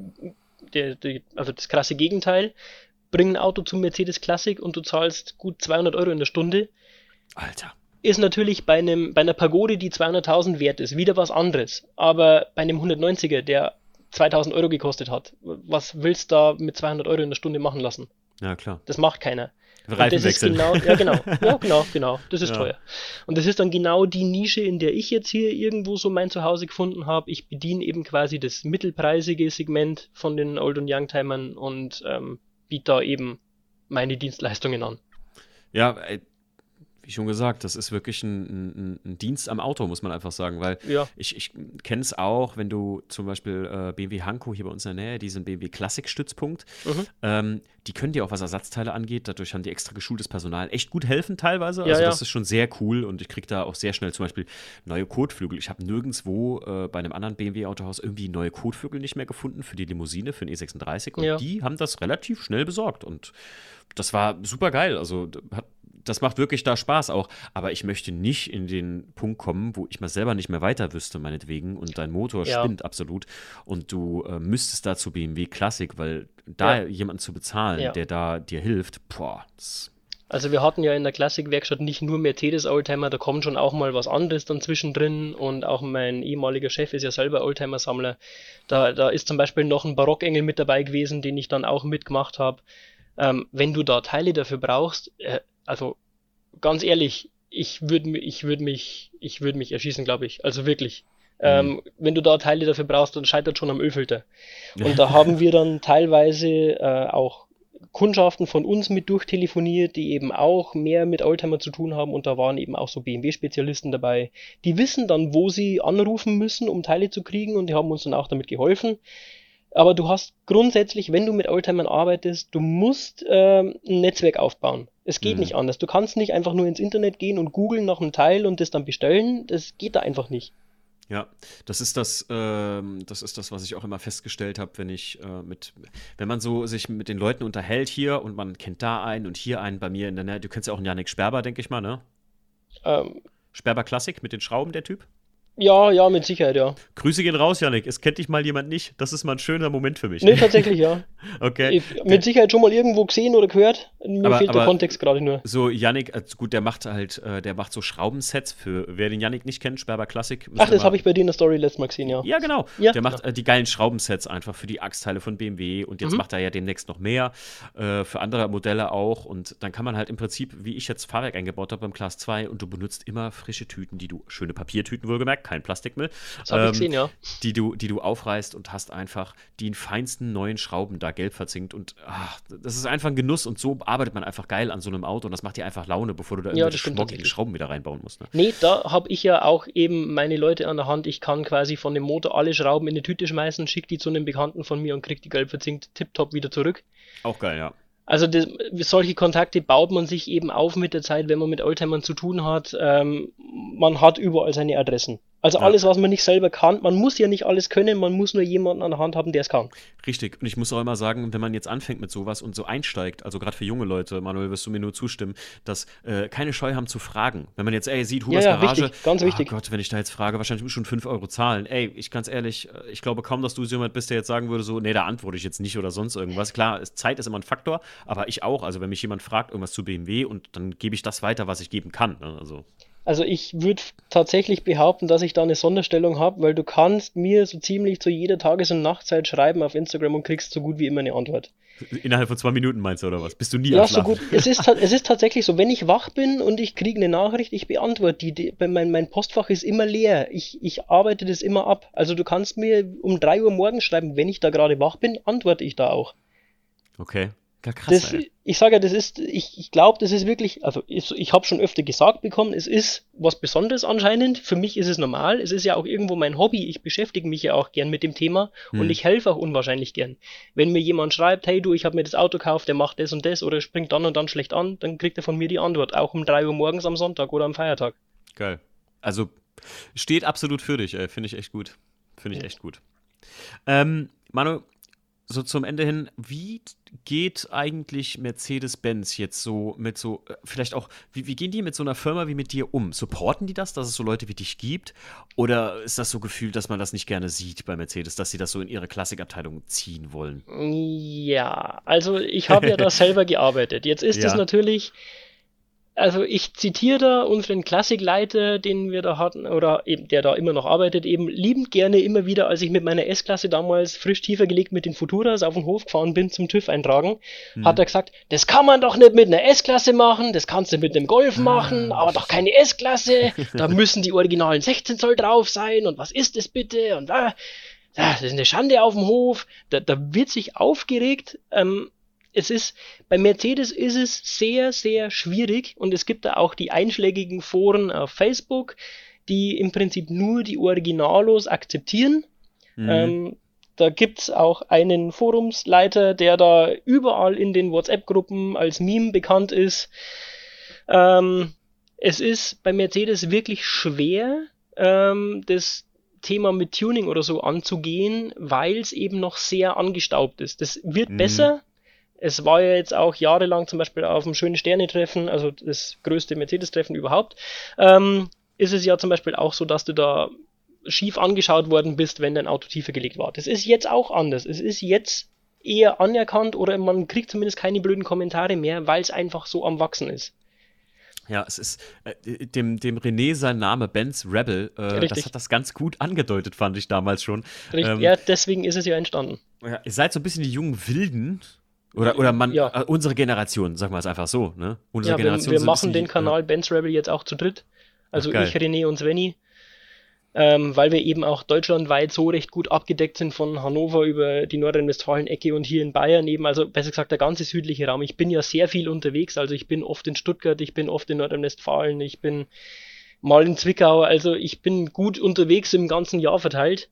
Gegenteil. Bring ein Auto zum Mercedes Classic und du zahlst gut 200 Euro in der Stunde. Alter. Ist natürlich bei einer Pagode, die 200.000 wert ist, wieder was anderes. Aber bei einem 190er, der 2.000 Euro gekostet hat, was willst du da mit 200 Euro in der Stunde machen lassen? Ja, klar. Das macht keiner. Reifen wechseln. Genau. Das ist teuer. Und das ist dann genau die Nische, in der ich jetzt hier irgendwo so mein Zuhause gefunden habe. Ich bediene eben quasi das mittelpreisige Segment von den Old- und Youngtimern und biete da eben meine Dienstleistungen an. Ja, wie schon gesagt, das ist wirklich ein Dienst am Auto, muss man einfach sagen, weil ich kenne es auch, wenn du zum Beispiel BMW Hanko hier bei uns in der Nähe, diesen BMW Klassik-Stützpunkt, die können dir auch, was Ersatzteile angeht, dadurch haben die extra geschultes Personal, echt gut helfen teilweise, also das ist schon sehr cool und ich kriege da auch sehr schnell zum Beispiel neue Kotflügel. Ich habe nirgendwo bei einem anderen BMW-Autohaus irgendwie neue Kotflügel nicht mehr gefunden für die Limousine, für den E36 und die haben das relativ schnell besorgt und das war super geil, also das macht wirklich da Spaß auch. Aber ich möchte nicht in den Punkt kommen, wo ich mal selber nicht mehr weiter wüsste, meinetwegen, und dein Motor spinnt absolut und du müsstest da zu BMW Classic, weil da jemanden zu bezahlen, der da dir hilft, Also wir hatten ja in der Classic-Werkstatt nicht nur Mercedes-Oldtimer, da kommt schon auch mal was anderes dann zwischendrin und auch mein ehemaliger Chef ist ja selber Oldtimer-Sammler. Da ist zum Beispiel noch ein Barockengel mit dabei gewesen, den ich dann auch mitgemacht habe. Wenn du da Teile dafür brauchst, also ganz ehrlich, ich würde mich erschießen, glaube ich. Also wirklich. Wenn du da Teile dafür brauchst, dann scheitert schon am Ölfilter. Und da haben wir dann teilweise auch Kundschaften von uns mit durchtelefoniert, die eben auch mehr mit Oldtimer zu tun haben, und da waren eben auch so BMW-Spezialisten dabei. Die wissen dann, wo sie anrufen müssen, um Teile zu kriegen, und die haben uns dann auch damit geholfen. Aber du hast grundsätzlich, wenn du mit Oldtimern arbeitest, du musst ein Netzwerk aufbauen. Es geht nicht anders. Du kannst nicht einfach nur ins Internet gehen und googeln nach einem Teil und das dann bestellen. Das geht da einfach nicht. Ja, das ist das, was ich auch immer festgestellt habe, wenn man so sich mit den Leuten unterhält hier und man kennt da einen und hier einen bei mir in der Nähe. Du kennst ja auch einen Yannick Sperber, denke ich mal, ne? Sperber Classic mit den Schrauben, der Typ? Ja, mit Sicherheit, ja. Grüße gehen raus, Yannick. Es kennt dich mal jemand nicht. Das ist mal ein schöner Moment für mich. Nee, tatsächlich, ja. Okay. Mit Sicherheit schon mal irgendwo gesehen oder gehört. Mir fehlt der Kontext gerade nur. So, Yannick, gut, der macht so Schraubensets für, wer den Yannick nicht kennt, Sperber Classic. Ach, das habe ich bei dir in der Story letztes Mal gesehen, ja. Ja, genau. Ja, der macht die geilen Schraubensets einfach für die Achsteile von BMW, und jetzt macht er ja demnächst noch mehr, für andere Modelle auch, und dann kann man halt im Prinzip, wie ich jetzt Fahrwerk eingebaut habe beim Class 2, und du benutzt immer frische Tüten, schöne Papiertüten wohlgemerkt, kein Plastikmüll. Das habe ich gesehen, ja. Die du aufreißt und hast einfach die feinsten neuen Schrauben da gelb verzinkt, und das ist einfach ein Genuss, und so arbeitet man einfach geil an so einem Auto, und das macht dir einfach Laune, bevor du da irgendwelche schmockigen Schrauben wieder reinbauen musst. Ne? Nee, da habe ich ja auch eben meine Leute an der Hand. Ich kann quasi von dem Motor alle Schrauben in eine Tüte schmeißen, schicke die zu einem Bekannten von mir und kriege die gelb verzinkt tipptopp wieder zurück. Auch geil, ja. Also solche Kontakte baut man sich eben auf mit der Zeit, wenn man mit Oldtimern zu tun hat. Man hat überall seine Adressen. Also alles, was man nicht selber kann, man muss ja nicht alles können, man muss nur jemanden an der Hand haben, der es kann. Richtig, und ich muss auch immer sagen, wenn man jetzt anfängt mit sowas und so einsteigt, also gerade für junge Leute, Manuel, wirst du mir nur zustimmen, dass keine Scheu haben zu fragen. Wenn man jetzt, sieht, Hubers Garage, wichtig, ganz wichtig. Oh Gott, wenn ich da jetzt frage, wahrscheinlich muss ich schon 5 Euro zahlen. Ganz ehrlich, ich glaube kaum, dass du so jemand bist, der jetzt sagen würde, so, nee, da antworte ich jetzt nicht oder sonst irgendwas. Klar, Zeit ist immer ein Faktor, aber ich auch. Also wenn mich jemand fragt, irgendwas zu BMW, und dann gebe ich das weiter, was ich geben kann. Ne? Also ich würde tatsächlich behaupten, dass ich da eine Sonderstellung habe, weil du kannst mir so ziemlich zu jeder Tages- und Nachtzeit schreiben auf Instagram und kriegst so gut wie immer eine Antwort. Innerhalb von 2 Minuten meinst du, oder was? Bist du nie am Schlafen? Ja, so gut. Es ist tatsächlich so, wenn ich wach bin und ich kriege eine Nachricht, ich beantworte die. Mein Postfach ist immer leer. Ich arbeite das immer ab. Also du kannst mir um 3 Uhr morgens schreiben, wenn ich da gerade wach bin, antworte ich da auch. Okay. Ja, krass, ich sage ja, ich glaube, das ist wirklich, also ich habe schon öfter gesagt bekommen, es ist was Besonderes anscheinend. Für mich ist es normal. Es ist ja auch irgendwo mein Hobby. Ich beschäftige mich ja auch gern mit dem Thema und ich helfe auch unwahrscheinlich gern. Wenn mir jemand schreibt, hey du, ich habe mir das Auto gekauft, der macht das und das oder springt dann und dann schlecht an, dann kriegt er von mir die Antwort, auch um 3 Uhr morgens am Sonntag oder am Feiertag. Geil. Also steht absolut für dich, finde ich echt gut. Manu, so zum Ende hin, wie geht eigentlich Mercedes-Benz jetzt so mit so, vielleicht auch, wie gehen die mit so einer Firma wie mit dir um? Supporten die das, dass es so Leute wie dich gibt? Oder ist das so gefühlt, dass man das nicht gerne sieht bei Mercedes, dass sie das so in ihre Klassikabteilung ziehen wollen? Ja, also ich habe ja da selber gearbeitet. Jetzt ist es natürlich... Also ich zitiere da unseren Klassikleiter, den wir da hatten, oder eben der da immer noch arbeitet, eben liebend gerne immer wieder, als ich mit meiner S-Klasse damals frisch tiefer gelegt mit den Futuras auf den Hof gefahren bin zum TÜV eintragen, hat er gesagt, das kann man doch nicht mit einer S-Klasse machen, das kannst du mit einem Golf machen, aber doch keine S-Klasse, da müssen die originalen 16 Zoll drauf sein und was ist das bitte und das ist eine Schande auf dem Hof, da wird sich aufgeregt. Bei Mercedes ist es sehr, sehr schwierig und es gibt da auch die einschlägigen Foren auf Facebook, die im Prinzip nur die Originalos akzeptieren. Da gibt's auch einen Forumsleiter, der da überall in den WhatsApp-Gruppen als Meme bekannt ist. Es ist bei Mercedes wirklich schwer, das Thema mit Tuning oder so anzugehen, weil es eben noch sehr angestaubt ist. Das wird besser. Es war ja jetzt auch jahrelang zum Beispiel auf dem Schönen Sterne-Treffen, also das größte Mercedes-Treffen überhaupt, ist es ja zum Beispiel auch so, dass du da schief angeschaut worden bist, wenn dein Auto tiefer gelegt war. Das ist jetzt auch anders. Es ist jetzt eher anerkannt oder man kriegt zumindest keine blöden Kommentare mehr, weil es einfach so am Wachsen ist. Ja, es ist dem René sein Name, Benz Rebel, das hat das ganz gut angedeutet, fand ich damals schon. Richtig, ja, deswegen ist es ja entstanden. Ja, ihr seid so ein bisschen die jungen Wilden, oder man, unsere Generation, sagen wir es einfach so, ne? Unsere Generation wir machen den Kanal Benz Rebel jetzt auch zu dritt, also ich, René und Svenny, weil wir eben auch deutschlandweit so recht gut abgedeckt sind von Hannover über die Nordrhein-Westfalen-Ecke und hier in Bayern eben, also besser gesagt der ganze südliche Raum. Ich bin ja sehr viel unterwegs, also ich bin oft in Stuttgart, ich bin oft in Nordrhein-Westfalen, ich bin mal in Zwickau, also ich bin gut unterwegs im ganzen Jahr verteilt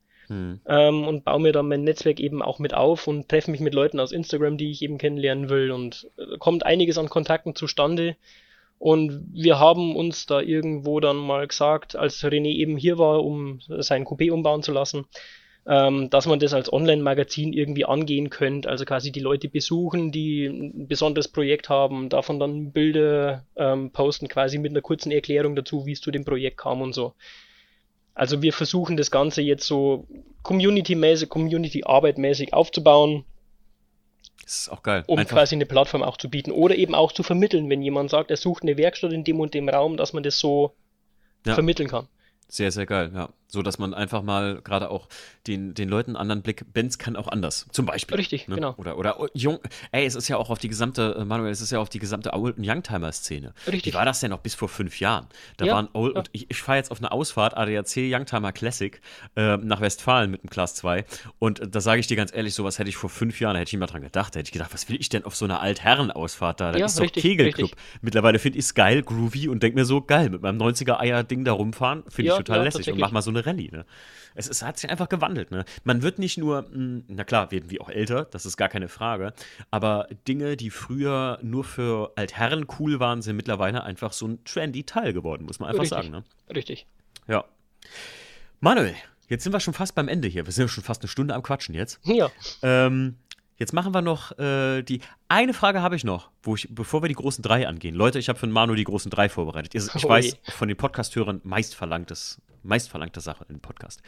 und baue mir dann mein Netzwerk eben auch mit auf und treffe mich mit Leuten aus Instagram, die ich eben kennenlernen will und kommt einiges an Kontakten zustande. Und wir haben uns da irgendwo dann mal gesagt, als René eben hier war, um sein Coupé umbauen zu lassen, dass man das als Online-Magazin irgendwie angehen könnte, also quasi die Leute besuchen, die ein besonderes Projekt haben, davon dann Bilder posten, quasi mit einer kurzen Erklärung dazu, wie es zu dem Projekt kam und so. Also wir versuchen das Ganze jetzt so Community-mäßig, Community-Arbeit-mäßig aufzubauen. Das ist auch geil. Um quasi eine Plattform auch zu bieten oder eben auch zu vermitteln, wenn jemand sagt, er sucht eine Werkstatt in dem und dem Raum, dass man das so vermitteln kann. Sehr, sehr geil, ja. So, dass man einfach mal gerade auch den Leuten einen anderen Blick, Benz kann auch anders, zum Beispiel. Richtig, ne? Genau. Oder jung, es ist ja auch auf die gesamte, Manuel, es ist ja auf die gesamte Old- und Youngtimer-Szene. Richtig. Wie war das denn noch bis vor 5 Jahren? Da waren Old, und ich fahre jetzt auf eine Ausfahrt, ADAC Youngtimer Classic, nach Westfalen mit dem Class 2 und da sage ich dir ganz ehrlich, sowas hätte ich vor 5 Jahren, da hätte ich immer dran gedacht, da hätte ich gedacht, was will ich denn auf so einer Altherren-Ausfahrt da? Das ist doch Kegelclub. Mittlerweile finde ich es geil, groovy und denke mir so, geil, mit meinem 90er-Eier-Ding da rumfahren, finde ich total lässig und mach mal so eine Rallye, ne? Es hat sich einfach gewandelt, ne? Man wird nicht nur, na klar, werden wir auch älter, das ist gar keine Frage, aber Dinge, die früher nur für Altherren cool waren, sind mittlerweile einfach so ein trendy Teil geworden, muss man einfach sagen, ne? Richtig. Ja. Manuel, jetzt sind wir schon fast beim Ende hier. Wir sind ja schon fast eine Stunde am Quatschen jetzt. Ja. Jetzt machen wir noch eine Frage habe ich noch, bevor wir die großen 3 angehen. Leute, ich habe für Manu die großen 3 vorbereitet. Ich weiß von den Podcast-Hörern meistverlangte Sache im Podcast.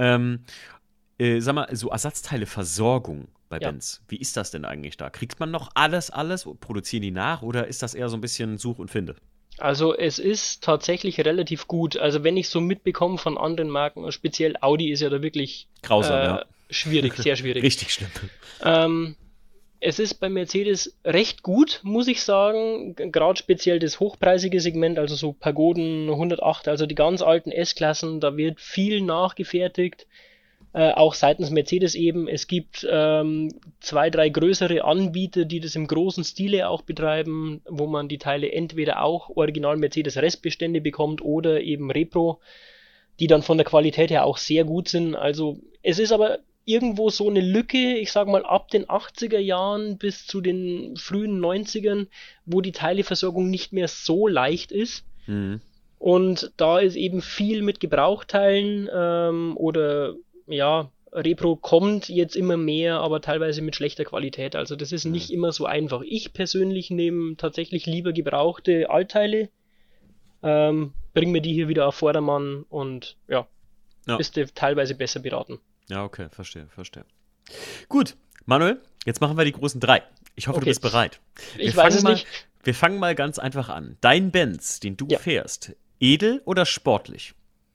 Sag mal, so Ersatzteileversorgung bei Benz, wie ist das denn eigentlich da? Kriegt man noch alles, produzieren die nach oder ist das eher so ein bisschen Such und Finde? Also es ist tatsächlich relativ gut. Also wenn ich so mitbekomme von anderen Marken, speziell Audi ist ja da wirklich grausam, schwierig, sehr schwierig. Richtig schlimm. Es ist bei Mercedes recht gut, muss ich sagen. Gerade speziell das hochpreisige Segment, also so Pagoden 108, also die ganz alten S-Klassen, da wird viel nachgefertigt. Auch seitens Mercedes eben. Es gibt 2, 3 größere Anbieter, die das im großen Stile auch betreiben, wo man die Teile entweder auch original Mercedes Restbestände bekommt oder eben Repro, die dann von der Qualität her auch sehr gut sind. Also es ist aber irgendwo so eine Lücke, ich sag mal ab den 80er Jahren bis zu den frühen 90ern, wo die Teileversorgung nicht mehr so leicht ist. Mhm. Und da ist eben viel mit Gebrauchteilen oder Repro kommt jetzt immer mehr, aber teilweise mit schlechter Qualität. Also das ist nicht immer so einfach. Ich persönlich nehme tatsächlich lieber gebrauchte Altteile, bringe mir die hier wieder auf Vordermann und bist du teilweise besser beraten. Ja, okay, verstehe. Gut, Manuel, jetzt machen wir die großen 3. Ich hoffe, du bist bereit. Ich weiß es nicht. Wir fangen mal ganz einfach an. Dein Benz, den du fährst, edel oder sportlich?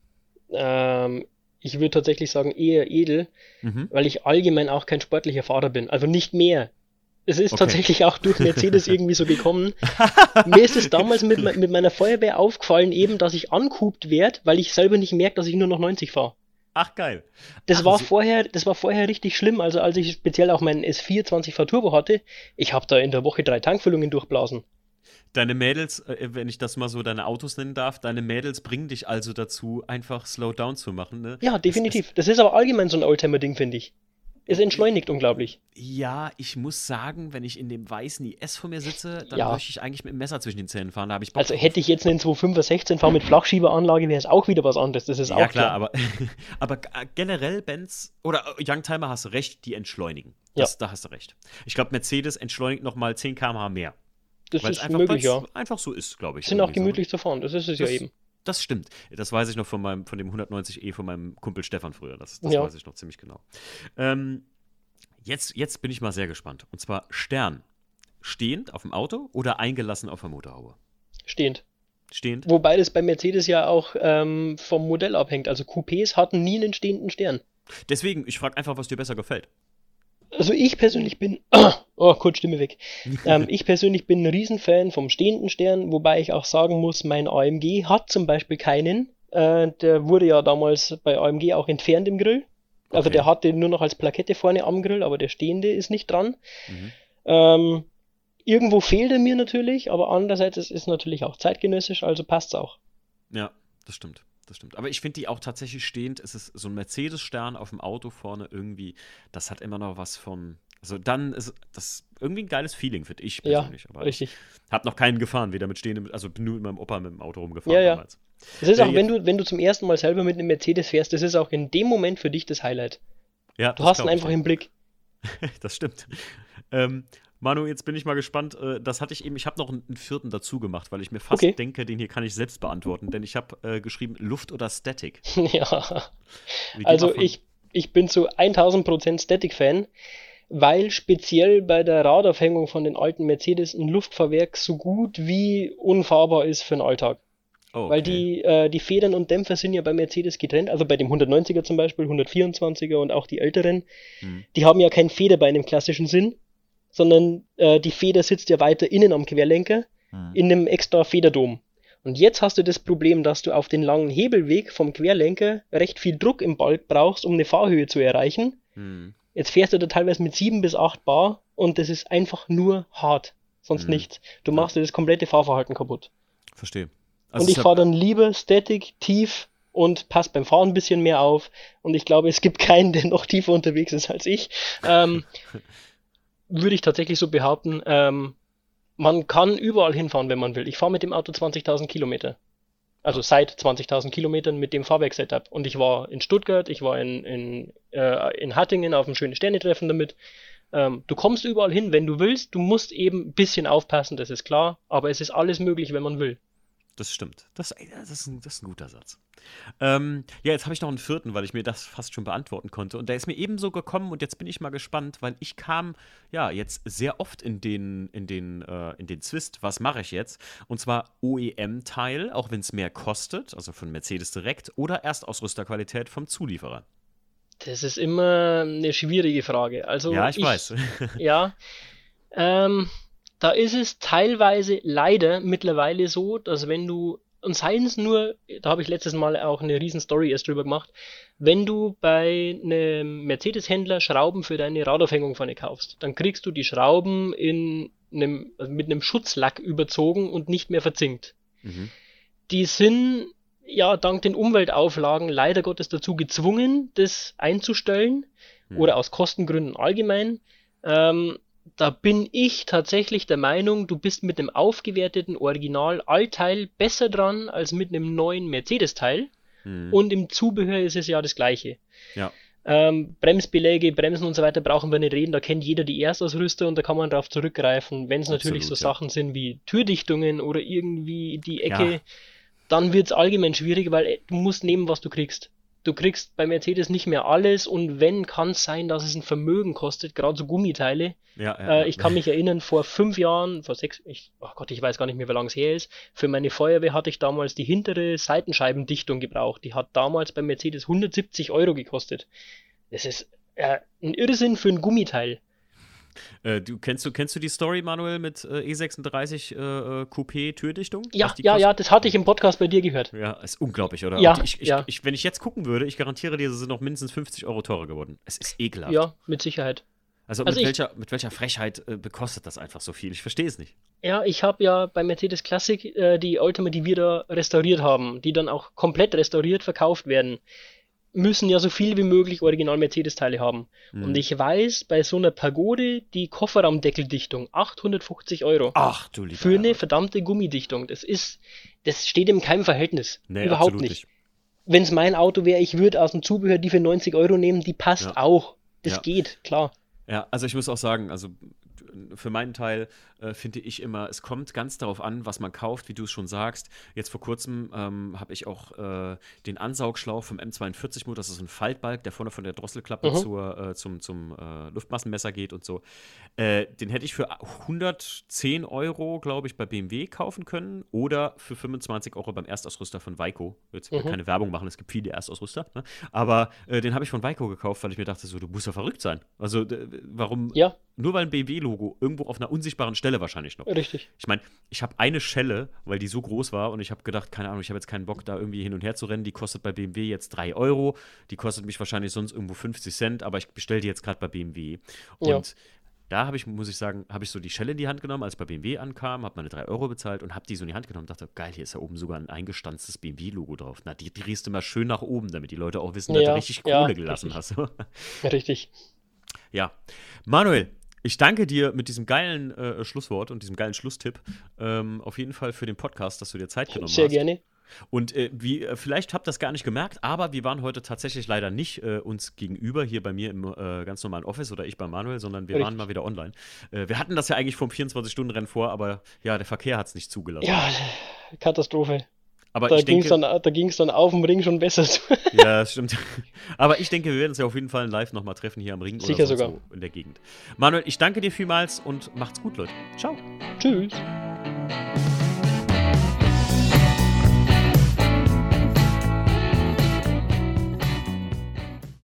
Ich würde tatsächlich sagen eher edel, weil ich allgemein auch kein sportlicher Fahrer bin. Also nicht mehr. Es ist tatsächlich auch durch Mercedes irgendwie so gekommen. Mir ist es damals mit meiner Feuerwehr aufgefallen, eben, dass ich angehupt werde, weil ich selber nicht merke, dass ich nur noch 90 fahre. Ach, geil. Das war vorher richtig schlimm. Also als ich speziell auch meinen S4 20V Turbo hatte, ich habe da in der Woche 3 Tankfüllungen durchblasen. Deine Mädels, wenn ich das mal so deine Autos nennen darf, deine Mädels bringen dich also dazu, einfach Slowdown zu machen, ne? Ja, definitiv. Das ist aber allgemein so ein Oldtimer-Ding, finde ich. Es entschleunigt unglaublich. Ja, ich muss sagen, wenn ich in dem weißen IS vor mir sitze, dann möchte ich eigentlich mit dem Messer zwischen den Zähnen fahren. Da habe ich Bock drauf. Hätte ich jetzt einen 2.5er 16V mit Flachschieberanlage, wäre es auch wieder was anderes. Das ist auch klar. Aber generell Benz oder Youngtimer hast du recht, die entschleunigen. Da hast du recht. Ich glaube, Mercedes entschleunigt nochmal 10 km/h mehr. Das ist einfach, möglich, ja. Einfach so ist, glaube ich. Sind auch gemütlich zu fahren, das ist es ja eben. Das stimmt. Das weiß ich noch von dem 190e von meinem Kumpel Stefan früher. Das weiß ich noch ziemlich genau. Jetzt bin ich mal sehr gespannt. Und zwar Stern. Stehend auf dem Auto oder eingelassen auf der Motorhaube? Stehend. Stehend? Wobei das bei Mercedes ja auch vom Modell abhängt. Also Coupés hatten nie einen stehenden Stern. Deswegen, ich frage einfach, was dir besser gefällt. Also ich persönlich bin... kurz Stimme weg. Ich persönlich bin ein Riesenfan vom stehenden Stern, wobei ich auch sagen muss, mein AMG hat zum Beispiel keinen. Der wurde ja damals bei AMG auch entfernt im Grill. Also der hatte nur noch als Plakette vorne am Grill, aber der stehende ist nicht dran. Irgendwo fehlt er mir natürlich, aber andererseits ist es natürlich auch zeitgenössisch, also passt's auch. Ja, das stimmt. Aber ich finde die auch tatsächlich stehend. Es ist so ein Mercedes-Stern auf dem Auto vorne irgendwie, das hat immer noch was von. Also dann ist das irgendwie ein geiles Feeling, finde ich persönlich. Ja, richtig. Ich habe noch keinen gefahren, weder mit stehendem, also bin nur mit meinem Opa mit dem Auto rumgefahren damals. Es ist auch, wenn du zum ersten Mal selber mit einem Mercedes fährst, das ist auch in dem Moment für dich das Highlight. Ja, du hast ihn einfach im Blick. Das stimmt. Manu, jetzt bin ich mal gespannt. Das hatte ich eben, ich habe noch einen vierten dazu gemacht, weil ich mir fast denke, den hier kann ich selbst beantworten, denn ich habe geschrieben, Luft oder Static. Ja, also ich bin zu 1000% Static-Fan, weil speziell bei der Radaufhängung von den alten Mercedes ein Luftfahrwerk so gut wie unfahrbar ist für den Alltag. Okay. Weil die Federn und Dämpfer sind ja bei Mercedes getrennt, also bei dem 190er zum Beispiel, 124er und auch die älteren, die haben ja kein Federbein im klassischen Sinn, sondern die Feder sitzt ja weiter innen am Querlenker in einem extra Federdom. Und jetzt hast du das Problem, dass du auf den langen Hebelweg vom Querlenker recht viel Druck im Balk brauchst, um eine Fahrhöhe zu erreichen. Jetzt fährst du da teilweise mit 7 bis 8 Bar und das ist einfach nur hart, sonst nichts. Du machst dir das komplette Fahrverhalten kaputt. Verstehe. Also und ich fahre dann lieber Static, tief und passe beim Fahren ein bisschen mehr auf. Und ich glaube, es gibt keinen, der noch tiefer unterwegs ist als ich. Würde ich tatsächlich so behaupten. Man kann überall hinfahren, wenn man will. Ich fahre mit dem Auto 20.000 Kilometer. Also seit 20.000 Kilometern mit dem Fahrwerk-Setup. Und ich war in Stuttgart, ich war in Hattingen auf einem schönen Sternetreffen damit. Du kommst überall hin, wenn du willst. Du musst eben ein bisschen aufpassen, das ist klar. Aber es ist alles möglich, wenn man will. Das stimmt. Das ist ein guter Satz. Jetzt habe ich noch einen vierten, weil ich mir das fast schon beantworten konnte. Und der ist mir ebenso gekommen und jetzt bin ich mal gespannt, weil ich kam jetzt sehr oft in den Zwist, was mache ich jetzt? Und zwar OEM-Teil, auch wenn es mehr kostet, also von Mercedes direkt, oder Erstausrüsterqualität vom Zulieferer. Das ist immer eine schwierige Frage. Also ja, ich weiß. Da ist es teilweise leider mittlerweile so, dass wenn du, und seien es nur, da habe ich letztes Mal auch eine riesen Story erst drüber gemacht, wenn du bei einem Mercedes-Händler Schrauben für deine Radaufhängung vorne kaufst, dann kriegst du die Schrauben mit einem Schutzlack überzogen und nicht mehr verzinkt. Die sind ja dank den Umweltauflagen leider Gottes dazu gezwungen, das einzustellen oder aus Kostengründen allgemein. Da bin ich tatsächlich der Meinung, du bist mit einem aufgewerteten Original-Altteil besser dran als mit einem neuen Mercedes-Teil. Und im Zubehör ist es ja das Gleiche. Ja. Bremsbeläge, Bremsen und so weiter brauchen wir nicht reden. Da kennt jeder die Erstausrüster und da kann man drauf zurückgreifen. Wenn es natürlich so Sachen sind wie Türdichtungen oder irgendwie die Ecke, dann wird es allgemein schwierig, weil du musst nehmen, was du kriegst. Du kriegst bei Mercedes nicht mehr alles und wenn, kann es sein, dass es ein Vermögen kostet, gerade so Gummiteile. Ich kann mich erinnern, vor 5 Jahren, ich weiß gar nicht mehr, wie lange es her ist, für meine Feuerwehr hatte ich damals die hintere Seitenscheibendichtung gebraucht. Die hat damals bei Mercedes 170 € gekostet. Das ist ein Irrsinn für ein Gummiteil. Kennst du die Story, Manuel, mit E36 Coupé-Türdichtung? Ja, das hatte ich im Podcast bei dir gehört. Ja, ist unglaublich, oder? Ja, wenn ich jetzt gucken würde, ich garantiere dir, sie sind noch mindestens 50 € teurer geworden. Es ist ekelhaft. Ja, mit Sicherheit. Also mit welcher Frechheit bekostet das einfach so viel? Ich verstehe es nicht. Ja, ich habe ja bei Mercedes Classic die Oldtimer, die wir da restauriert haben, die dann auch komplett restauriert verkauft werden, müssen ja so viel wie möglich Original-Mercedes-Teile haben. Und ich weiß, bei so einer Pagode, die Kofferraumdeckeldichtung, 850 €. Ach du lieber für eine verdammte Gummidichtung. Das steht in keinem Verhältnis. Nee, überhaupt nicht. Wenn es mein Auto wäre, ich würde aus dem Zubehör die für 90 € nehmen, die passt auch. Das geht, klar. Ja, also ich muss auch sagen, also für meinen Teil finde ich immer, es kommt ganz darauf an, was man kauft, wie du es schon sagst. Jetzt vor kurzem habe ich auch den Ansaugschlauch vom M42-Motor, das ist ein Faltbalg, der vorne von der Drosselklappe zum Luftmassenmesser geht und so. Den hätte ich für 110 Euro, glaube ich, bei BMW kaufen können oder für 25 Euro beim Erstausrüster von Weiko. Jetzt will ich keine Werbung machen, es gibt viele Erstausrüster, ne? Aber den habe ich von Weiko gekauft, weil ich mir dachte, so, du musst ja verrückt sein. Also warum? Ja. Nur weil ein BMW-Logo irgendwo auf einer unsichtbaren Stelle wahrscheinlich noch. Richtig. Ich meine, ich habe eine Schelle, weil die so groß war und ich habe gedacht, keine Ahnung, ich habe jetzt keinen Bock, da irgendwie hin und her zu rennen. Die kostet bei BMW jetzt 3 Euro. Die kostet mich wahrscheinlich sonst irgendwo 50 Cent, aber ich bestelle die jetzt gerade bei BMW. Und da muss ich sagen, habe ich so die Schelle in die Hand genommen, als bei BMW ankam, habe meine 3 Euro bezahlt und habe die so in die Hand genommen und dachte, geil, hier ist ja oben sogar ein eingestanztes BMW-Logo drauf. Na, die drehst du mal schön nach oben, damit die Leute auch wissen, dass du richtig Kohle gelassen hast. Richtig. Ja. Manuel, ich danke dir mit diesem geilen Schlusswort und diesem geilen Schlusstipp auf jeden Fall für den Podcast, dass du dir Zeit genommen hast. Sehr gerne. Und vielleicht habt ihr das gar nicht gemerkt, aber wir waren heute tatsächlich leider nicht uns gegenüber hier bei mir im ganz normalen Office oder ich bei Manuel, sondern wir waren mal wieder online. Wir hatten das ja eigentlich vom 24-Stunden-Rennen vor, aber ja, der Verkehr hat es nicht zugelassen. Ja, Katastrophe. Aber da ging es dann auf dem Ring schon besser. Ja, das stimmt. Aber ich denke, wir werden uns ja auf jeden Fall live nochmal treffen hier am Ring Sicher oder sogar. So in der Gegend. Manuel, ich danke dir vielmals und macht's gut, Leute. Ciao. Tschüss.